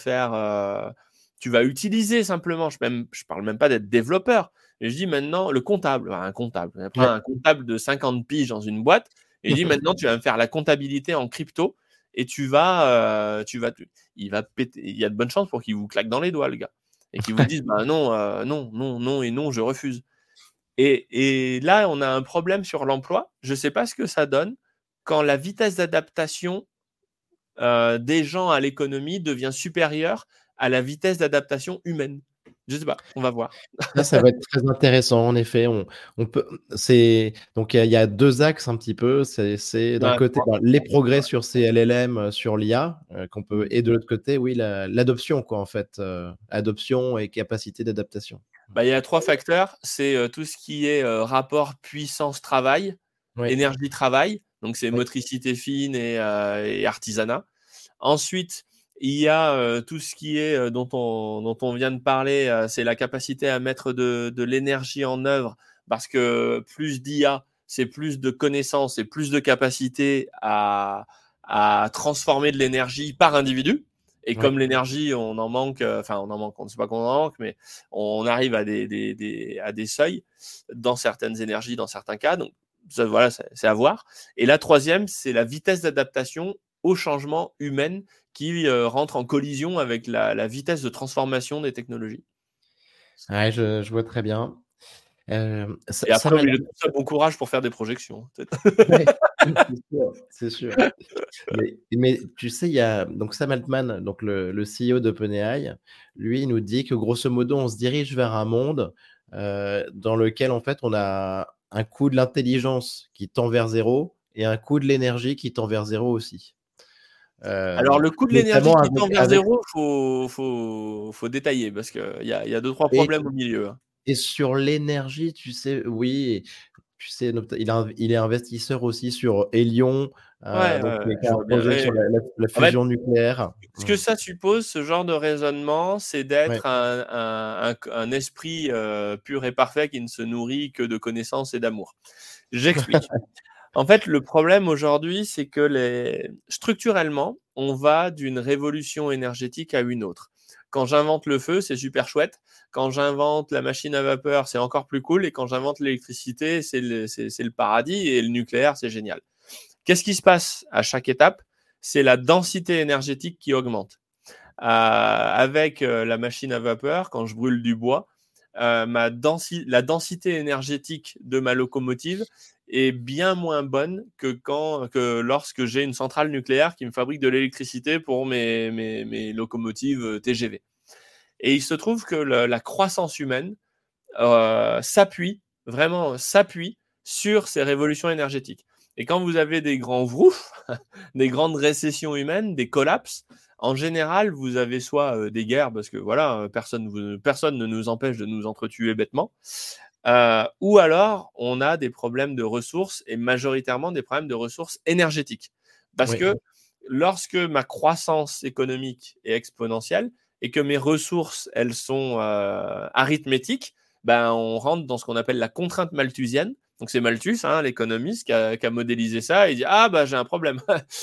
tu vas utiliser simplement», je parle même pas d'être développeur, mais je dis: «Maintenant», le comptable, un comptable, on prend Ouais. un comptable de 50 piges dans une boîte et je dis: «Maintenant tu vas me faire la comptabilité en crypto et tu vas il va péter, il y a de bonnes chances pour qu'il vous claque dans les doigts, le gars, et qu'il vous Ouais. dise: «Bah non, non, non, non et non, je refuse». Et là, on a un problème sur l'emploi. Je ne sais pas ce que ça donne quand la vitesse d'adaptation des gens à l'économie devient supérieure à la vitesse d'adaptation humaine. Je sais pas, on va voir. Ça va être très intéressant en effet. On peut c'est donc il y a 2 axes un petit peu. C'est d'un Ouais, côté, moi, ben, les progrès sur ces LLM, sur l'IA, qu'on peut mmh. et de l'autre côté, oui, l'adoption quoi en fait, adoption et capacité d'adaptation. Bah, il y a 3 facteurs, c'est, tout ce qui est, rapport puissance-travail, Oui, énergie-travail, donc c'est oui, motricité fine et artisanat. Ensuite, il y a, tout ce qui est, dont on vient de parler, c'est la capacité à mettre de l'énergie en œuvre, parce que plus d'IA, c'est plus de connaissances et plus de capacité à transformer de l'énergie par individu. Et oui. comme l'énergie, on en manque, enfin on en manque, on ne sait pas qu'on en manque, mais on arrive à des seuils dans certaines énergies, dans certains cas. Donc ça, voilà, c'est à voir. Et la troisième, c'est la vitesse d'adaptation au changement humain qui rentre en collision avec la vitesse de transformation des technologies. Ouais, je vois très bien. Et Ça après, au m'a milieu de tout ça, bon courage pour faire des projections, peut-être. ouais, c'est sûr, c'est sûr. Mais tu sais, il y a donc Sam Altman, donc le CEO d'OpenAI, lui, il nous dit que grosso modo, on se dirige vers un monde, dans lequel en fait on a un coût de l'intelligence qui tend vers zéro et un coût de l'énergie qui tend vers zéro aussi. Alors, le coût de l'énergie Notamment qui tend vers avec zéro, faut détailler parce qu'il y a 2-3 et problèmes au milieu. et sur l'énergie, tu sais, oui, tu sais, il est investisseur aussi sur Hélion, Ouais, donc ouais, ouais, qui a je un vois bien. projet Ouais. sur la En fait, fusion nucléaire. ce que ça suppose, ce genre de raisonnement, c'est d'être Ouais. un esprit pur et parfait qui ne se nourrit que de connaissances et d'amour. J'explique. En fait, le problème aujourd'hui, c'est que structurellement, on va d'une révolution énergétique à une autre. Quand j'invente le feu, c'est super chouette. Quand j'invente la machine à vapeur, c'est encore plus cool. Et quand j'invente l'électricité, c'est le paradis. Et le nucléaire, c'est génial. Qu'est-ce qui se passe à chaque étape? C'est la densité énergétique qui augmente. Avec la machine à vapeur, quand je brûle du bois, la densité énergétique de ma locomotive est bien moins bonne que lorsque j'ai une centrale nucléaire qui me fabrique de l'électricité pour mes locomotives TGV. Et il se trouve que la croissance humaine s'appuie sur ces révolutions énergétiques. Et quand vous avez des grands vroufs, des grandes récessions humaines, des collapses, en général, vous avez soit des guerres, parce que voilà, personne ne nous empêche de nous entretuer bêtement, ou alors on a des problèmes de ressources, et majoritairement des problèmes de ressources énergétiques. Parce Oui, que lorsque ma croissance économique est exponentielle et que mes ressources, elles sont arithmétiques, ben, on rentre dans ce qu'on appelle la contrainte malthusienne. Donc c'est Malthus, hein, l'économiste, qui a modélisé ça. Il dit ah bah j'ai un problème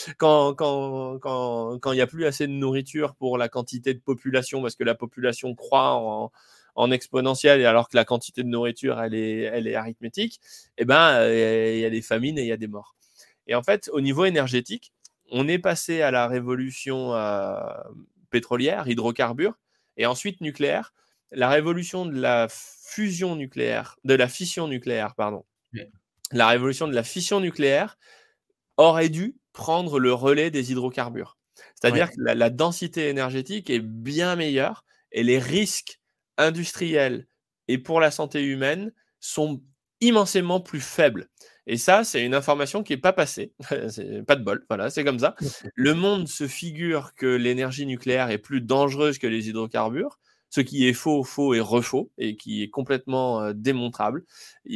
quand il y a plus assez de nourriture pour la quantité de population, parce que la population croît en exponentielle, et alors que la quantité de nourriture elle est arithmétique. Et ben il y a des famines et il y a des morts. Et en fait, au niveau énergétique, on est passé à la révolution pétrolière, hydrocarbures, et ensuite nucléaire. La révolution de la fission nucléaire, pardon. oui, La révolution de la fission nucléaire aurait dû prendre le relais des hydrocarbures. C'est-à-dire ouais, que la densité énergétique est bien meilleure et les risques industriels et pour la santé humaine sont immensément plus faibles. Et ça, c'est une information qui n'est pas passée. C'est pas de bol, voilà, c'est comme ça. Le monde se figure que l'énergie nucléaire est plus dangereuse que les hydrocarbures, ce qui est faux, faux et refaux, et qui est complètement démontrable.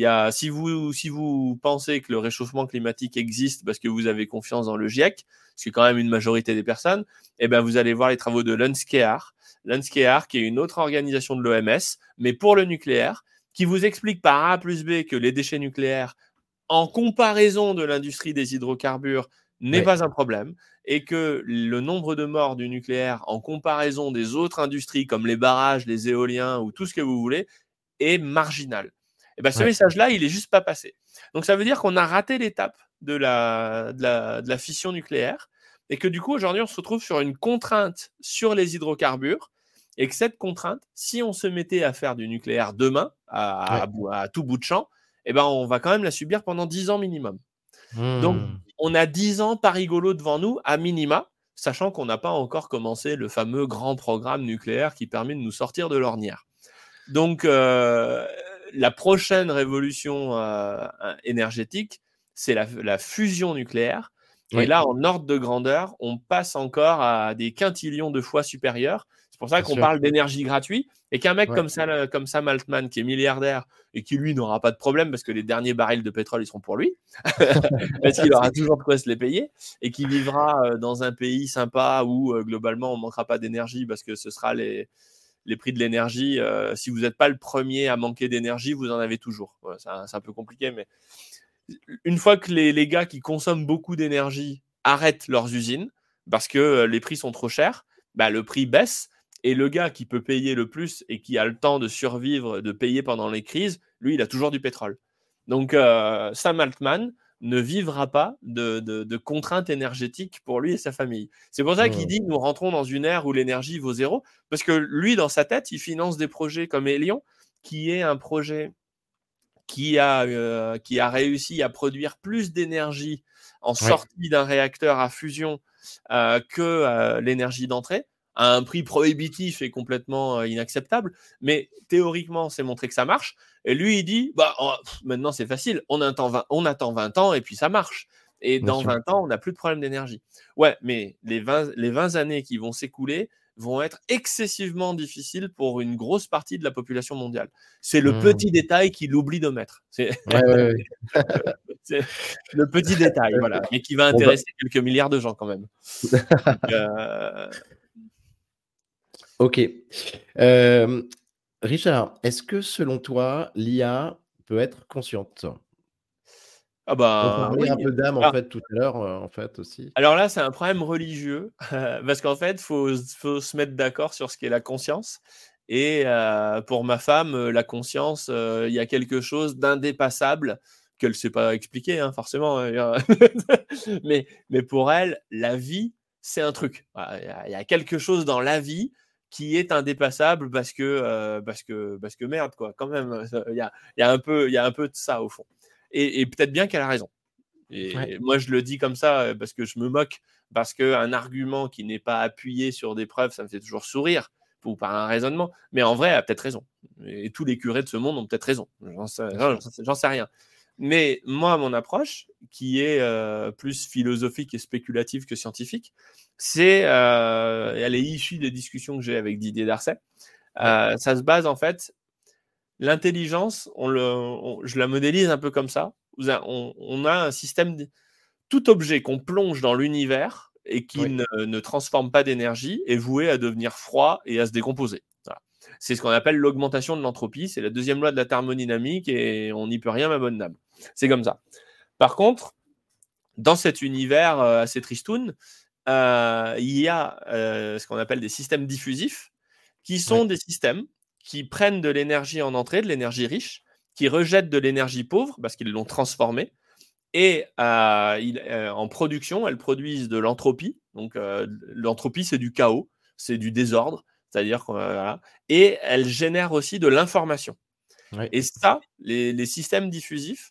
Si vous pensez que le réchauffement climatique existe parce que vous avez confiance dans le GIEC, ce qui est quand même une majorité des personnes, eh ben vous allez voir les travaux de l'UNSCEAR, qui est une autre organisation de l'OMS, mais pour le nucléaire, qui vous explique par A plus B que les déchets nucléaires, en comparaison de l'industrie des hydrocarbures, n'est ouais, pas un problème, et que le nombre de morts du nucléaire en comparaison des autres industries comme les barrages, les éoliens ou tout ce que vous voulez est marginal. Et ben, ce ouais. message-là, il est juste pas passé. Donc ça veut dire qu'on a raté l'étape de la fission nucléaire, et que du coup aujourd'hui on se retrouve sur une contrainte sur les hydrocarbures, et que cette contrainte, si on se mettait à faire du nucléaire demain Ouais. à tout bout de champ, eh ben on va quand même la subir pendant 10 ans minimum. Donc Mmh. on a 10 ans pas rigolos devant nous à minima, sachant qu'on n'a pas encore commencé le fameux grand programme nucléaire qui permet de nous sortir de l'ornière. Donc, la prochaine révolution énergétique, c'est la fusion nucléaire. Et Oui, là, en ordre de grandeur, on passe encore à des quintillions de fois supérieurs. C'est pour ça bien qu'on sûr. parle d'énergie gratuite, et qu'un mec Ouais. comme Sam Altman, qui est milliardaire et qui, lui, n'aura pas de problème parce que les derniers barils de pétrole, ils seront pour lui, parce qu'il aura C'est toujours de quoi se les payer, et qui vivra dans un pays sympa où, globalement, on ne manquera pas d'énergie parce que ce sera les prix de l'énergie. Si vous n'êtes pas le premier à manquer d'énergie, vous en avez toujours. Ouais, c'est un peu compliqué, mais une fois que les gars qui consomment beaucoup d'énergie arrêtent leurs usines parce que les prix sont trop chers, bah, le prix baisse, et le gars qui peut payer le plus et qui a le temps de survivre, de payer pendant les crises, lui, il a toujours du pétrole. Donc, Sam Altman ne vivra pas de contraintes énergétiques pour lui et sa famille. C'est pour ça qu'il mmh. dit nous rentrons dans une ère où l'énergie vaut zéro, parce que lui, dans sa tête, il finance des projets comme Hélion, qui est un projet qui a réussi à produire plus d'énergie en Ouais, sortie d'un réacteur à fusion que l'énergie d'entrée. à un prix prohibitif et complètement inacceptable, mais théoriquement, c'est montré que ça marche. Et lui, il dit, maintenant c'est facile, on attend 20 ans et puis ça marche. Et Bien dans sûr. 20 ans, on n'a plus de problème d'énergie. Ouais, mais les 20 années qui vont s'écouler vont être excessivement difficiles pour une grosse partie de la population mondiale. C'est le Mmh. petit détail qu'il oublie de mettre. C'est Ouais, ouais, ouais. c'est le petit détail, voilà, mais qui va Bon, bah, intéresser quelques milliards de gens quand même. Donc, OK. Richard, est-ce que selon toi, l'IA peut être consciente? ah On ben parlait un oui. peu d'âme, en Ah, fait, tout à l'heure, en fait, aussi. alors là, c'est un problème religieux, parce qu'en fait, faut se mettre d'accord sur ce qu'est la conscience et pour ma femme, la conscience, il y a quelque chose d'indépassable qu'elle ne sait pas expliquer, hein, forcément, mais pour elle, la vie, c'est un truc. Voilà, il y a quelque chose dans la vie qui est indépassable parce que merde, quoi, quand même, il y a un peu de ça, au fond et peut-être bien qu'elle a raison. Ouais. Et moi, je le dis comme ça parce que je me moque, parce qu'un argument qui n'est pas appuyé sur des preuves, ça me fait toujours sourire, ou par un raisonnement. Mais en vrai, elle a peut-être raison. Et tous les curés de ce monde ont peut-être raison. Bien sûr. J'en sais rien. Mais moi, mon approche, qui est plus philosophique et spéculative que scientifique, elle est issue des discussions que j'ai avec Didier Darcet. Ouais. Ça se base en fait, l'intelligence, je la modélise un peu comme ça. On a un système, tout objet qu'on plonge dans l'univers et qui Oui. ne transforme pas d'énergie est voué à devenir froid et à se décomposer. Voilà. C'est ce qu'on appelle l'augmentation de l'entropie. C'est la deuxième loi de la thermodynamique et on n'y peut rien, ma bonne dame. C'est comme ça. Par contre, dans cet univers assez tristoun, il y a ce qu'on appelle des systèmes diffusifs, qui sont Ouais. des systèmes qui prennent de l'énergie en entrée, de l'énergie riche, qui rejettent de l'énergie pauvre parce qu'ils l'ont transformée, et en production, elles produisent de l'entropie. Donc l'entropie, c'est du chaos, c'est du désordre, c'est-à-dire voilà, et elles génèrent aussi de l'information. Ouais. Et ça, les systèmes diffusifs,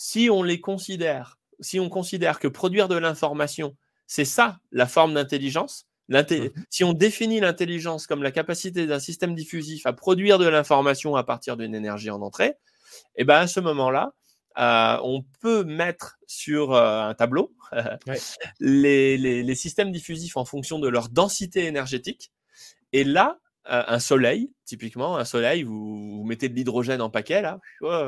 si on considère que produire de l'information, c'est ça la forme d'intelligence, Mmh. si on définit l'intelligence comme la capacité d'un système diffusif à produire de l'information à partir d'une énergie en entrée, et ben à ce moment-là, on peut mettre sur un tableau Ouais. les systèmes diffusifs en fonction de leur densité énergétique. Et là, un soleil, typiquement, un soleil, vous mettez de l'hydrogène en paquet, là,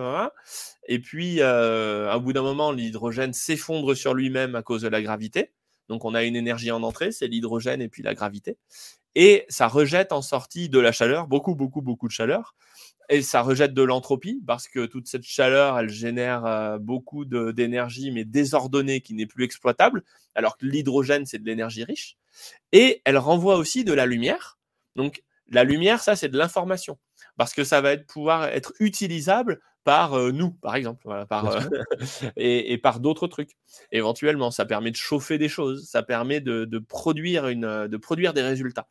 et puis au bout d'un moment, l'hydrogène s'effondre sur lui-même à cause de la gravité. Donc on a une énergie en entrée, c'est l'hydrogène et puis la gravité. Et ça rejette en sortie de la chaleur, beaucoup, beaucoup, beaucoup de chaleur. Et ça rejette de l'entropie parce que toute cette chaleur, elle génère beaucoup d'énergie, mais désordonnée, qui n'est plus exploitable, alors que l'hydrogène, c'est de l'énergie riche. Et elle renvoie aussi de la lumière. Donc la lumière, ça, c'est de l'information, parce que ça va pouvoir être utilisable par nous, par exemple, voilà, Bien sûr. et par d'autres trucs. Éventuellement, ça permet de chauffer des choses, ça permet de produire des résultats.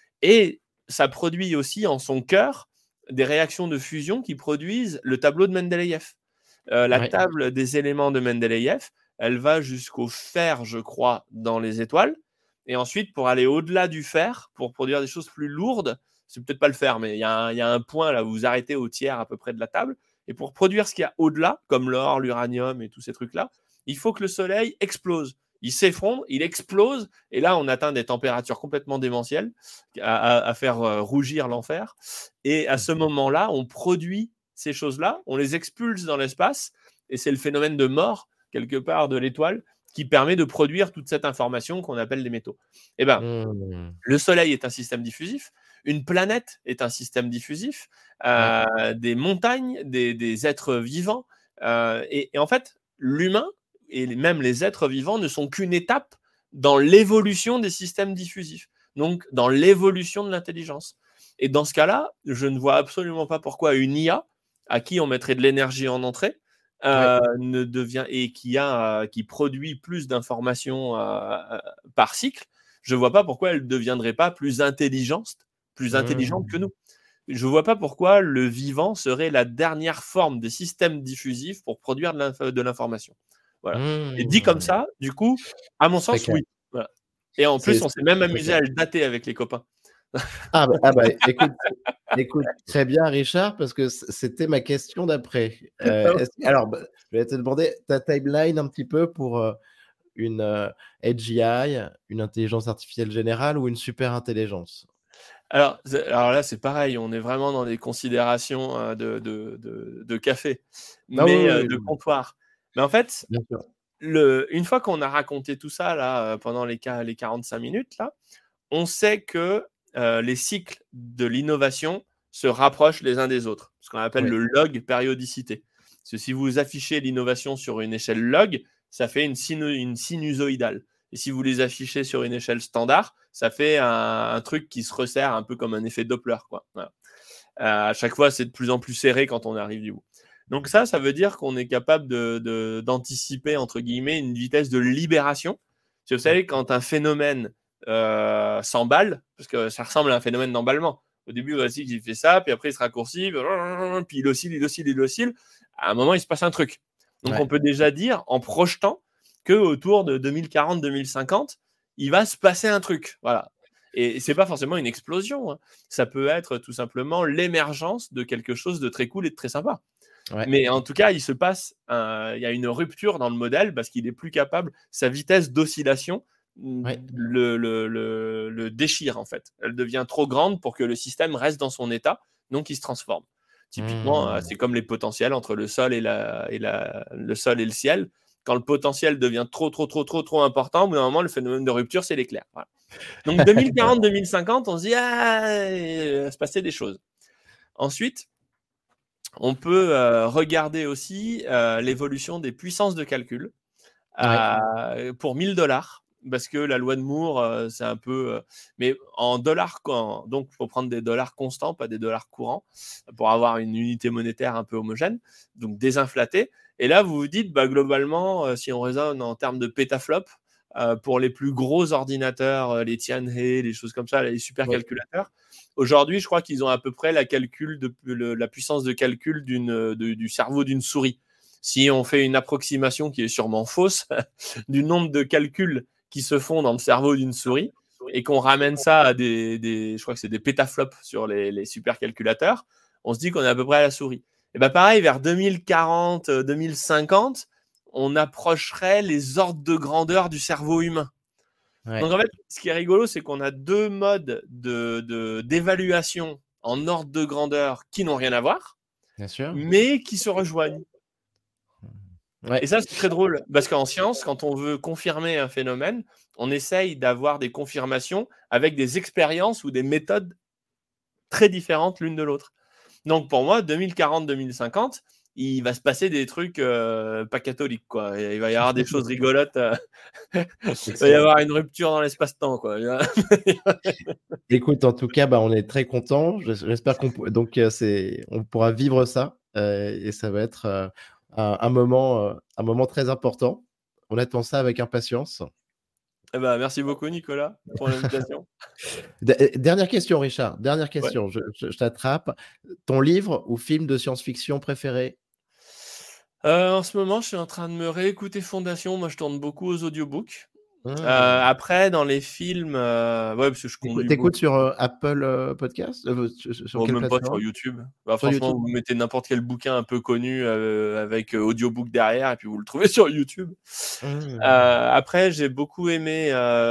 Et ça produit aussi en son cœur des réactions de fusion qui produisent le tableau de Mendeleïev. La Ouais. table des éléments de Mendeleïev, elle va jusqu'au fer, je crois, dans les étoiles. Et ensuite, pour aller au-delà du fer, pour produire des choses plus lourdes, c'est peut-être pas le fer, mais il y a un point là où vous arrêtez au tiers à peu près de la table. Et pour produire ce qu'il y a au-delà, comme l'or, l'uranium et tous ces trucs-là, il faut que le soleil explose. Il s'effondre, il explose, et là, on atteint des températures complètement démentielles à faire rougir l'enfer. Et à ce moment-là, on produit ces choses-là, on les expulse dans l'espace, et c'est le phénomène de mort, quelque part, de l'étoile, qui permet de produire toute cette information qu'on appelle les métaux. Eh bien, Mmh. le Soleil est un système diffusif, une planète est un système diffusif, Ouais. des montagnes, des êtres vivants, et en fait, l'humain et même les êtres vivants ne sont qu'une étape dans l'évolution des systèmes diffusifs, donc dans l'évolution de l'intelligence. Et dans ce cas-là, je ne vois absolument pas pourquoi une IA, à qui on mettrait de l'énergie en entrée, Ouais. ne devient, et qui produit plus d'informations par cycle, je ne vois pas pourquoi elle ne deviendrait pas plus intelligente que Mmh. nous. Je ne vois pas pourquoi le vivant serait la dernière forme des systèmes diffusifs pour produire de l'information. Voilà. Et dit comme Mmh. ça, du coup, à mon C'est très sens, clair. oui. Voilà. Et en plus, on s'est C'est même très amusé clair. à le dater avec les copains. Écoute, très bien, Richard, parce que c'était ma question d'après. Alors, je vais te demander ta timeline un petit peu pour une AGI, une intelligence artificielle générale ou une super intelligence. Alors là, c'est pareil, on est vraiment dans des considérations de café, Ah mais oui, de oui, comptoir. Mais en fait, bien sûr. une fois qu'on a raconté tout ça là pendant les 45 minutes là, on sait que les cycles de l'innovation se rapprochent les uns des autres, ce qu'on appelle Oui, le log périodicité. Parce que si vous affichez l'innovation sur une échelle log, ça fait une sinusoïdale. Et si vous les affichez sur une échelle standard, ça fait un truc qui se resserre un peu comme un effet Doppler, quoi. Voilà. À chaque fois, c'est de plus en plus serré quand on arrive du bout. Donc ça veut dire qu'on est capable d'anticiper, entre guillemets, une vitesse de libération. Vous savez, quand un phénomène s'emballe, parce que ça ressemble à un phénomène d'emballement. Au début, voici qu'il fait ça, puis après il se raccourcit, puis il oscille. À un moment, il se passe un truc. Donc on ouais. peut déjà dire, en projetant, qu'autour de 2040-2050, il va se passer un truc. Voilà. Et c'est pas forcément une explosion, hein. Ça peut être tout simplement l'émergence de quelque chose de très cool et de très sympa. Ouais. Mais en tout cas, il y a une rupture dans le modèle parce qu'il est plus capable, sa vitesse d'oscillation Ouais. le déchire en fait. Elle devient trop grande pour que le système reste dans son état, donc il se transforme. Typiquement, Mmh. c'est comme les potentiels entre le sol et le sol et le ciel. Quand le potentiel devient trop important, au bout d'un moment, le phénomène de rupture, c'est l'éclair. Voilà. Donc 2040-2050, on se dit il va se passer des choses. Ensuite, on peut regarder aussi l'évolution des puissances de calcul Ouais. pour 1000 $, parce que la loi de Moore, c'est un peu. Mais en dollars, donc il faut prendre des dollars constants, pas des dollars courants, pour avoir une unité monétaire un peu homogène, donc désinflatée. Et là, vous vous dites, globalement, si on raisonne en termes de pétaflops, pour les plus gros ordinateurs, les Tianhe, les choses comme ça, les Oui. supercalculateurs, aujourd'hui, je crois qu'ils ont à peu près la puissance de calcul du cerveau d'une souris. Si on fait une approximation qui est sûrement fausse du nombre de calculs qui se font dans le cerveau d'une souris et qu'on ramène ça à je crois que c'est des pétaflops sur les supercalculateurs, on se dit qu'on est à peu près à la souris. Et bien pareil, vers 2040, 2050, on approcherait les ordres de grandeur du cerveau humain. Ouais. Donc en fait, ce qui est rigolo, c'est qu'on a deux modes d'évaluation en ordre de grandeur qui n'ont rien à voir, Bien sûr. mais qui se rejoignent. Et Ouais. ça, c'est très drôle, parce qu'en science, quand on veut confirmer un phénomène, on essaye d'avoir des confirmations avec des expériences ou des méthodes très différentes l'une de l'autre. Donc pour moi, 2040-2050, il va se passer des trucs pas catholiques, quoi. Il va y avoir des choses rigolotes. C'est Il va y clair. avoir une rupture dans l'espace-temps, quoi. Écoute, en tout cas, on est très contents. J'espère on pourra vivre ça, et ça va être un moment très important. On attend ça avec impatience. Eh ben, merci beaucoup, Nicolas, pour l'invitation. Dernière question, Richard. Dernière Ouais. question. Je t'attrape. Ton livre ou film de science-fiction préféré? En ce moment, je suis en train de me réécouter Fondation. Moi, je tourne beaucoup aux audiobooks. Mmh. Après, dans les films, ouais, parce que je conduis T'écoutes beaucoup. sur Apple Podcast? Sur Bon, quelle même pas sur plateforme? YouTube. Sur Franchement, YouTube? vous mettez n'importe quel bouquin un peu connu avec audiobook derrière et puis vous le trouvez sur YouTube. Mmh. Après, j'ai beaucoup aimé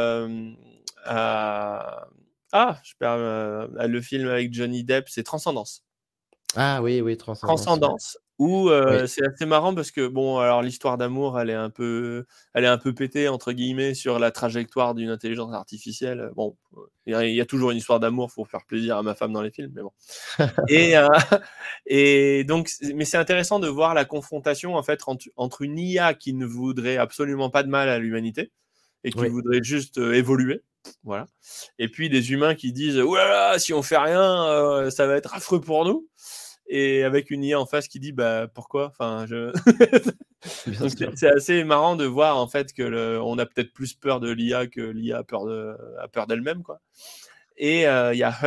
je perds le film avec Johnny Depp, c'est Transcendance. Ah oui, oui, Transcendance, ouais. Transcendance, où Oui. c'est assez marrant parce que bon, alors l'histoire d'amour, elle est un peu «pétée» entre guillemets sur la trajectoire d'une intelligence artificielle. Bon, il y a toujours une histoire d'amour pour faire plaisir à ma femme dans les films, mais bon. Et et donc mais c'est intéressant de voir la confrontation en fait entre une IA qui ne voudrait absolument pas de mal à l'humanité et qui Oui. voudrait juste évoluer, voilà. Et puis des humains qui disent ouh là là, si on fait rien, ça va être affreux pour nous. Et avec une IA en face qui dit bah pourquoi, enfin Bien donc sûr. c'est assez marrant de voir en fait que on a peut-être plus peur de l'IA que l'IA a peur d'elle-même, quoi. Et il y a Her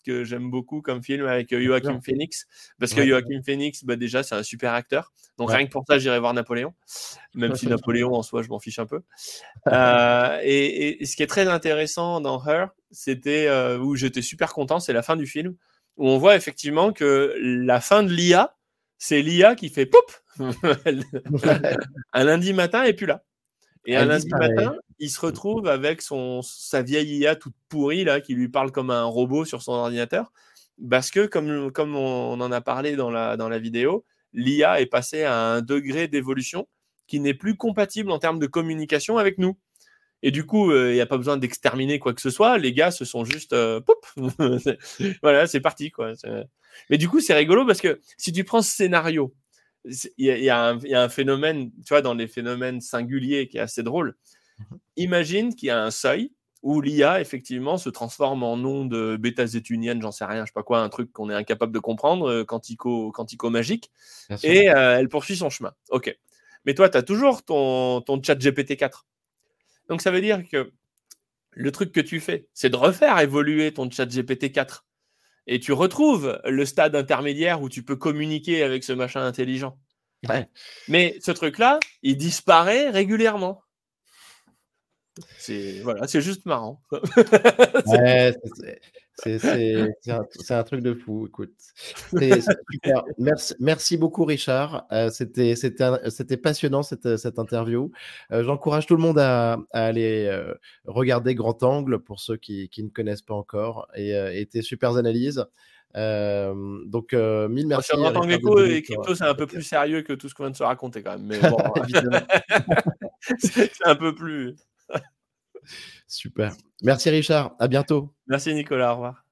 que j'aime beaucoup comme film avec Bien Joaquin sûr. Phoenix, parce que Ouais. Joaquin Phoenix, bah, déjà, c'est un super acteur. Donc Ouais. rien que pour ça, j'irai voir Napoléon, même si Napoléon en soi, je m'en fiche un peu. Et ce qui est très intéressant dans Her, c'était où j'étais super content, c'est la fin du film, où on voit effectivement que la fin de l'IA, c'est l'IA qui fait poup un lundi matin et puis là. Et un Elle lundi disparaît. matin, il se retrouve avec sa vieille IA toute pourrie là, qui lui parle comme un robot sur son ordinateur, parce que comme on en a parlé dans la vidéo, l'IA est passée à un degré d'évolution qui n'est plus compatible en termes de communication avec nous. Et du coup, il n'y a pas besoin d'exterminer quoi que ce soit. Les gars se sont juste poup voilà, c'est parti quoi. Mais du coup, c'est rigolo parce que si tu prends ce scénario, il y a un phénomène, tu vois, dans les phénomènes singuliers qui est assez drôle. Imagine qu'il y a un seuil où l'IA, effectivement, se transforme en onde bêta-zétunienne, j'en sais rien, je sais pas quoi, un truc qu'on est incapable de comprendre, quantico-magique, Bien sûr. et elle poursuit son chemin. Ok. Mais toi, tu as toujours ton chat GPT-4. Donc, ça veut dire que le truc que tu fais, c'est de refaire évoluer ton chat GPT-4. Et tu retrouves le stade intermédiaire où tu peux communiquer avec ce machin intelligent. Ouais. Mais ce truc-là, il disparaît régulièrement. C'est juste marrant. Ouais, c'est un truc de fou, écoute. C'est super. Merci beaucoup Richard. C'était passionnant cette interview. J'encourage tout le monde à aller regarder Grand Angle pour ceux qui ne connaissent pas encore et tes super analyses. Donc mille Sur merci Grand Angle Richard Echo Debouny et pour crypto, c'est ce un peu plus podcast. sérieux que tout ce qu'on vient de se raconter quand même. Mais bon, Évidemment. c'est un peu plus. Super. Merci Richard, à bientôt. Merci Nicolas, au revoir.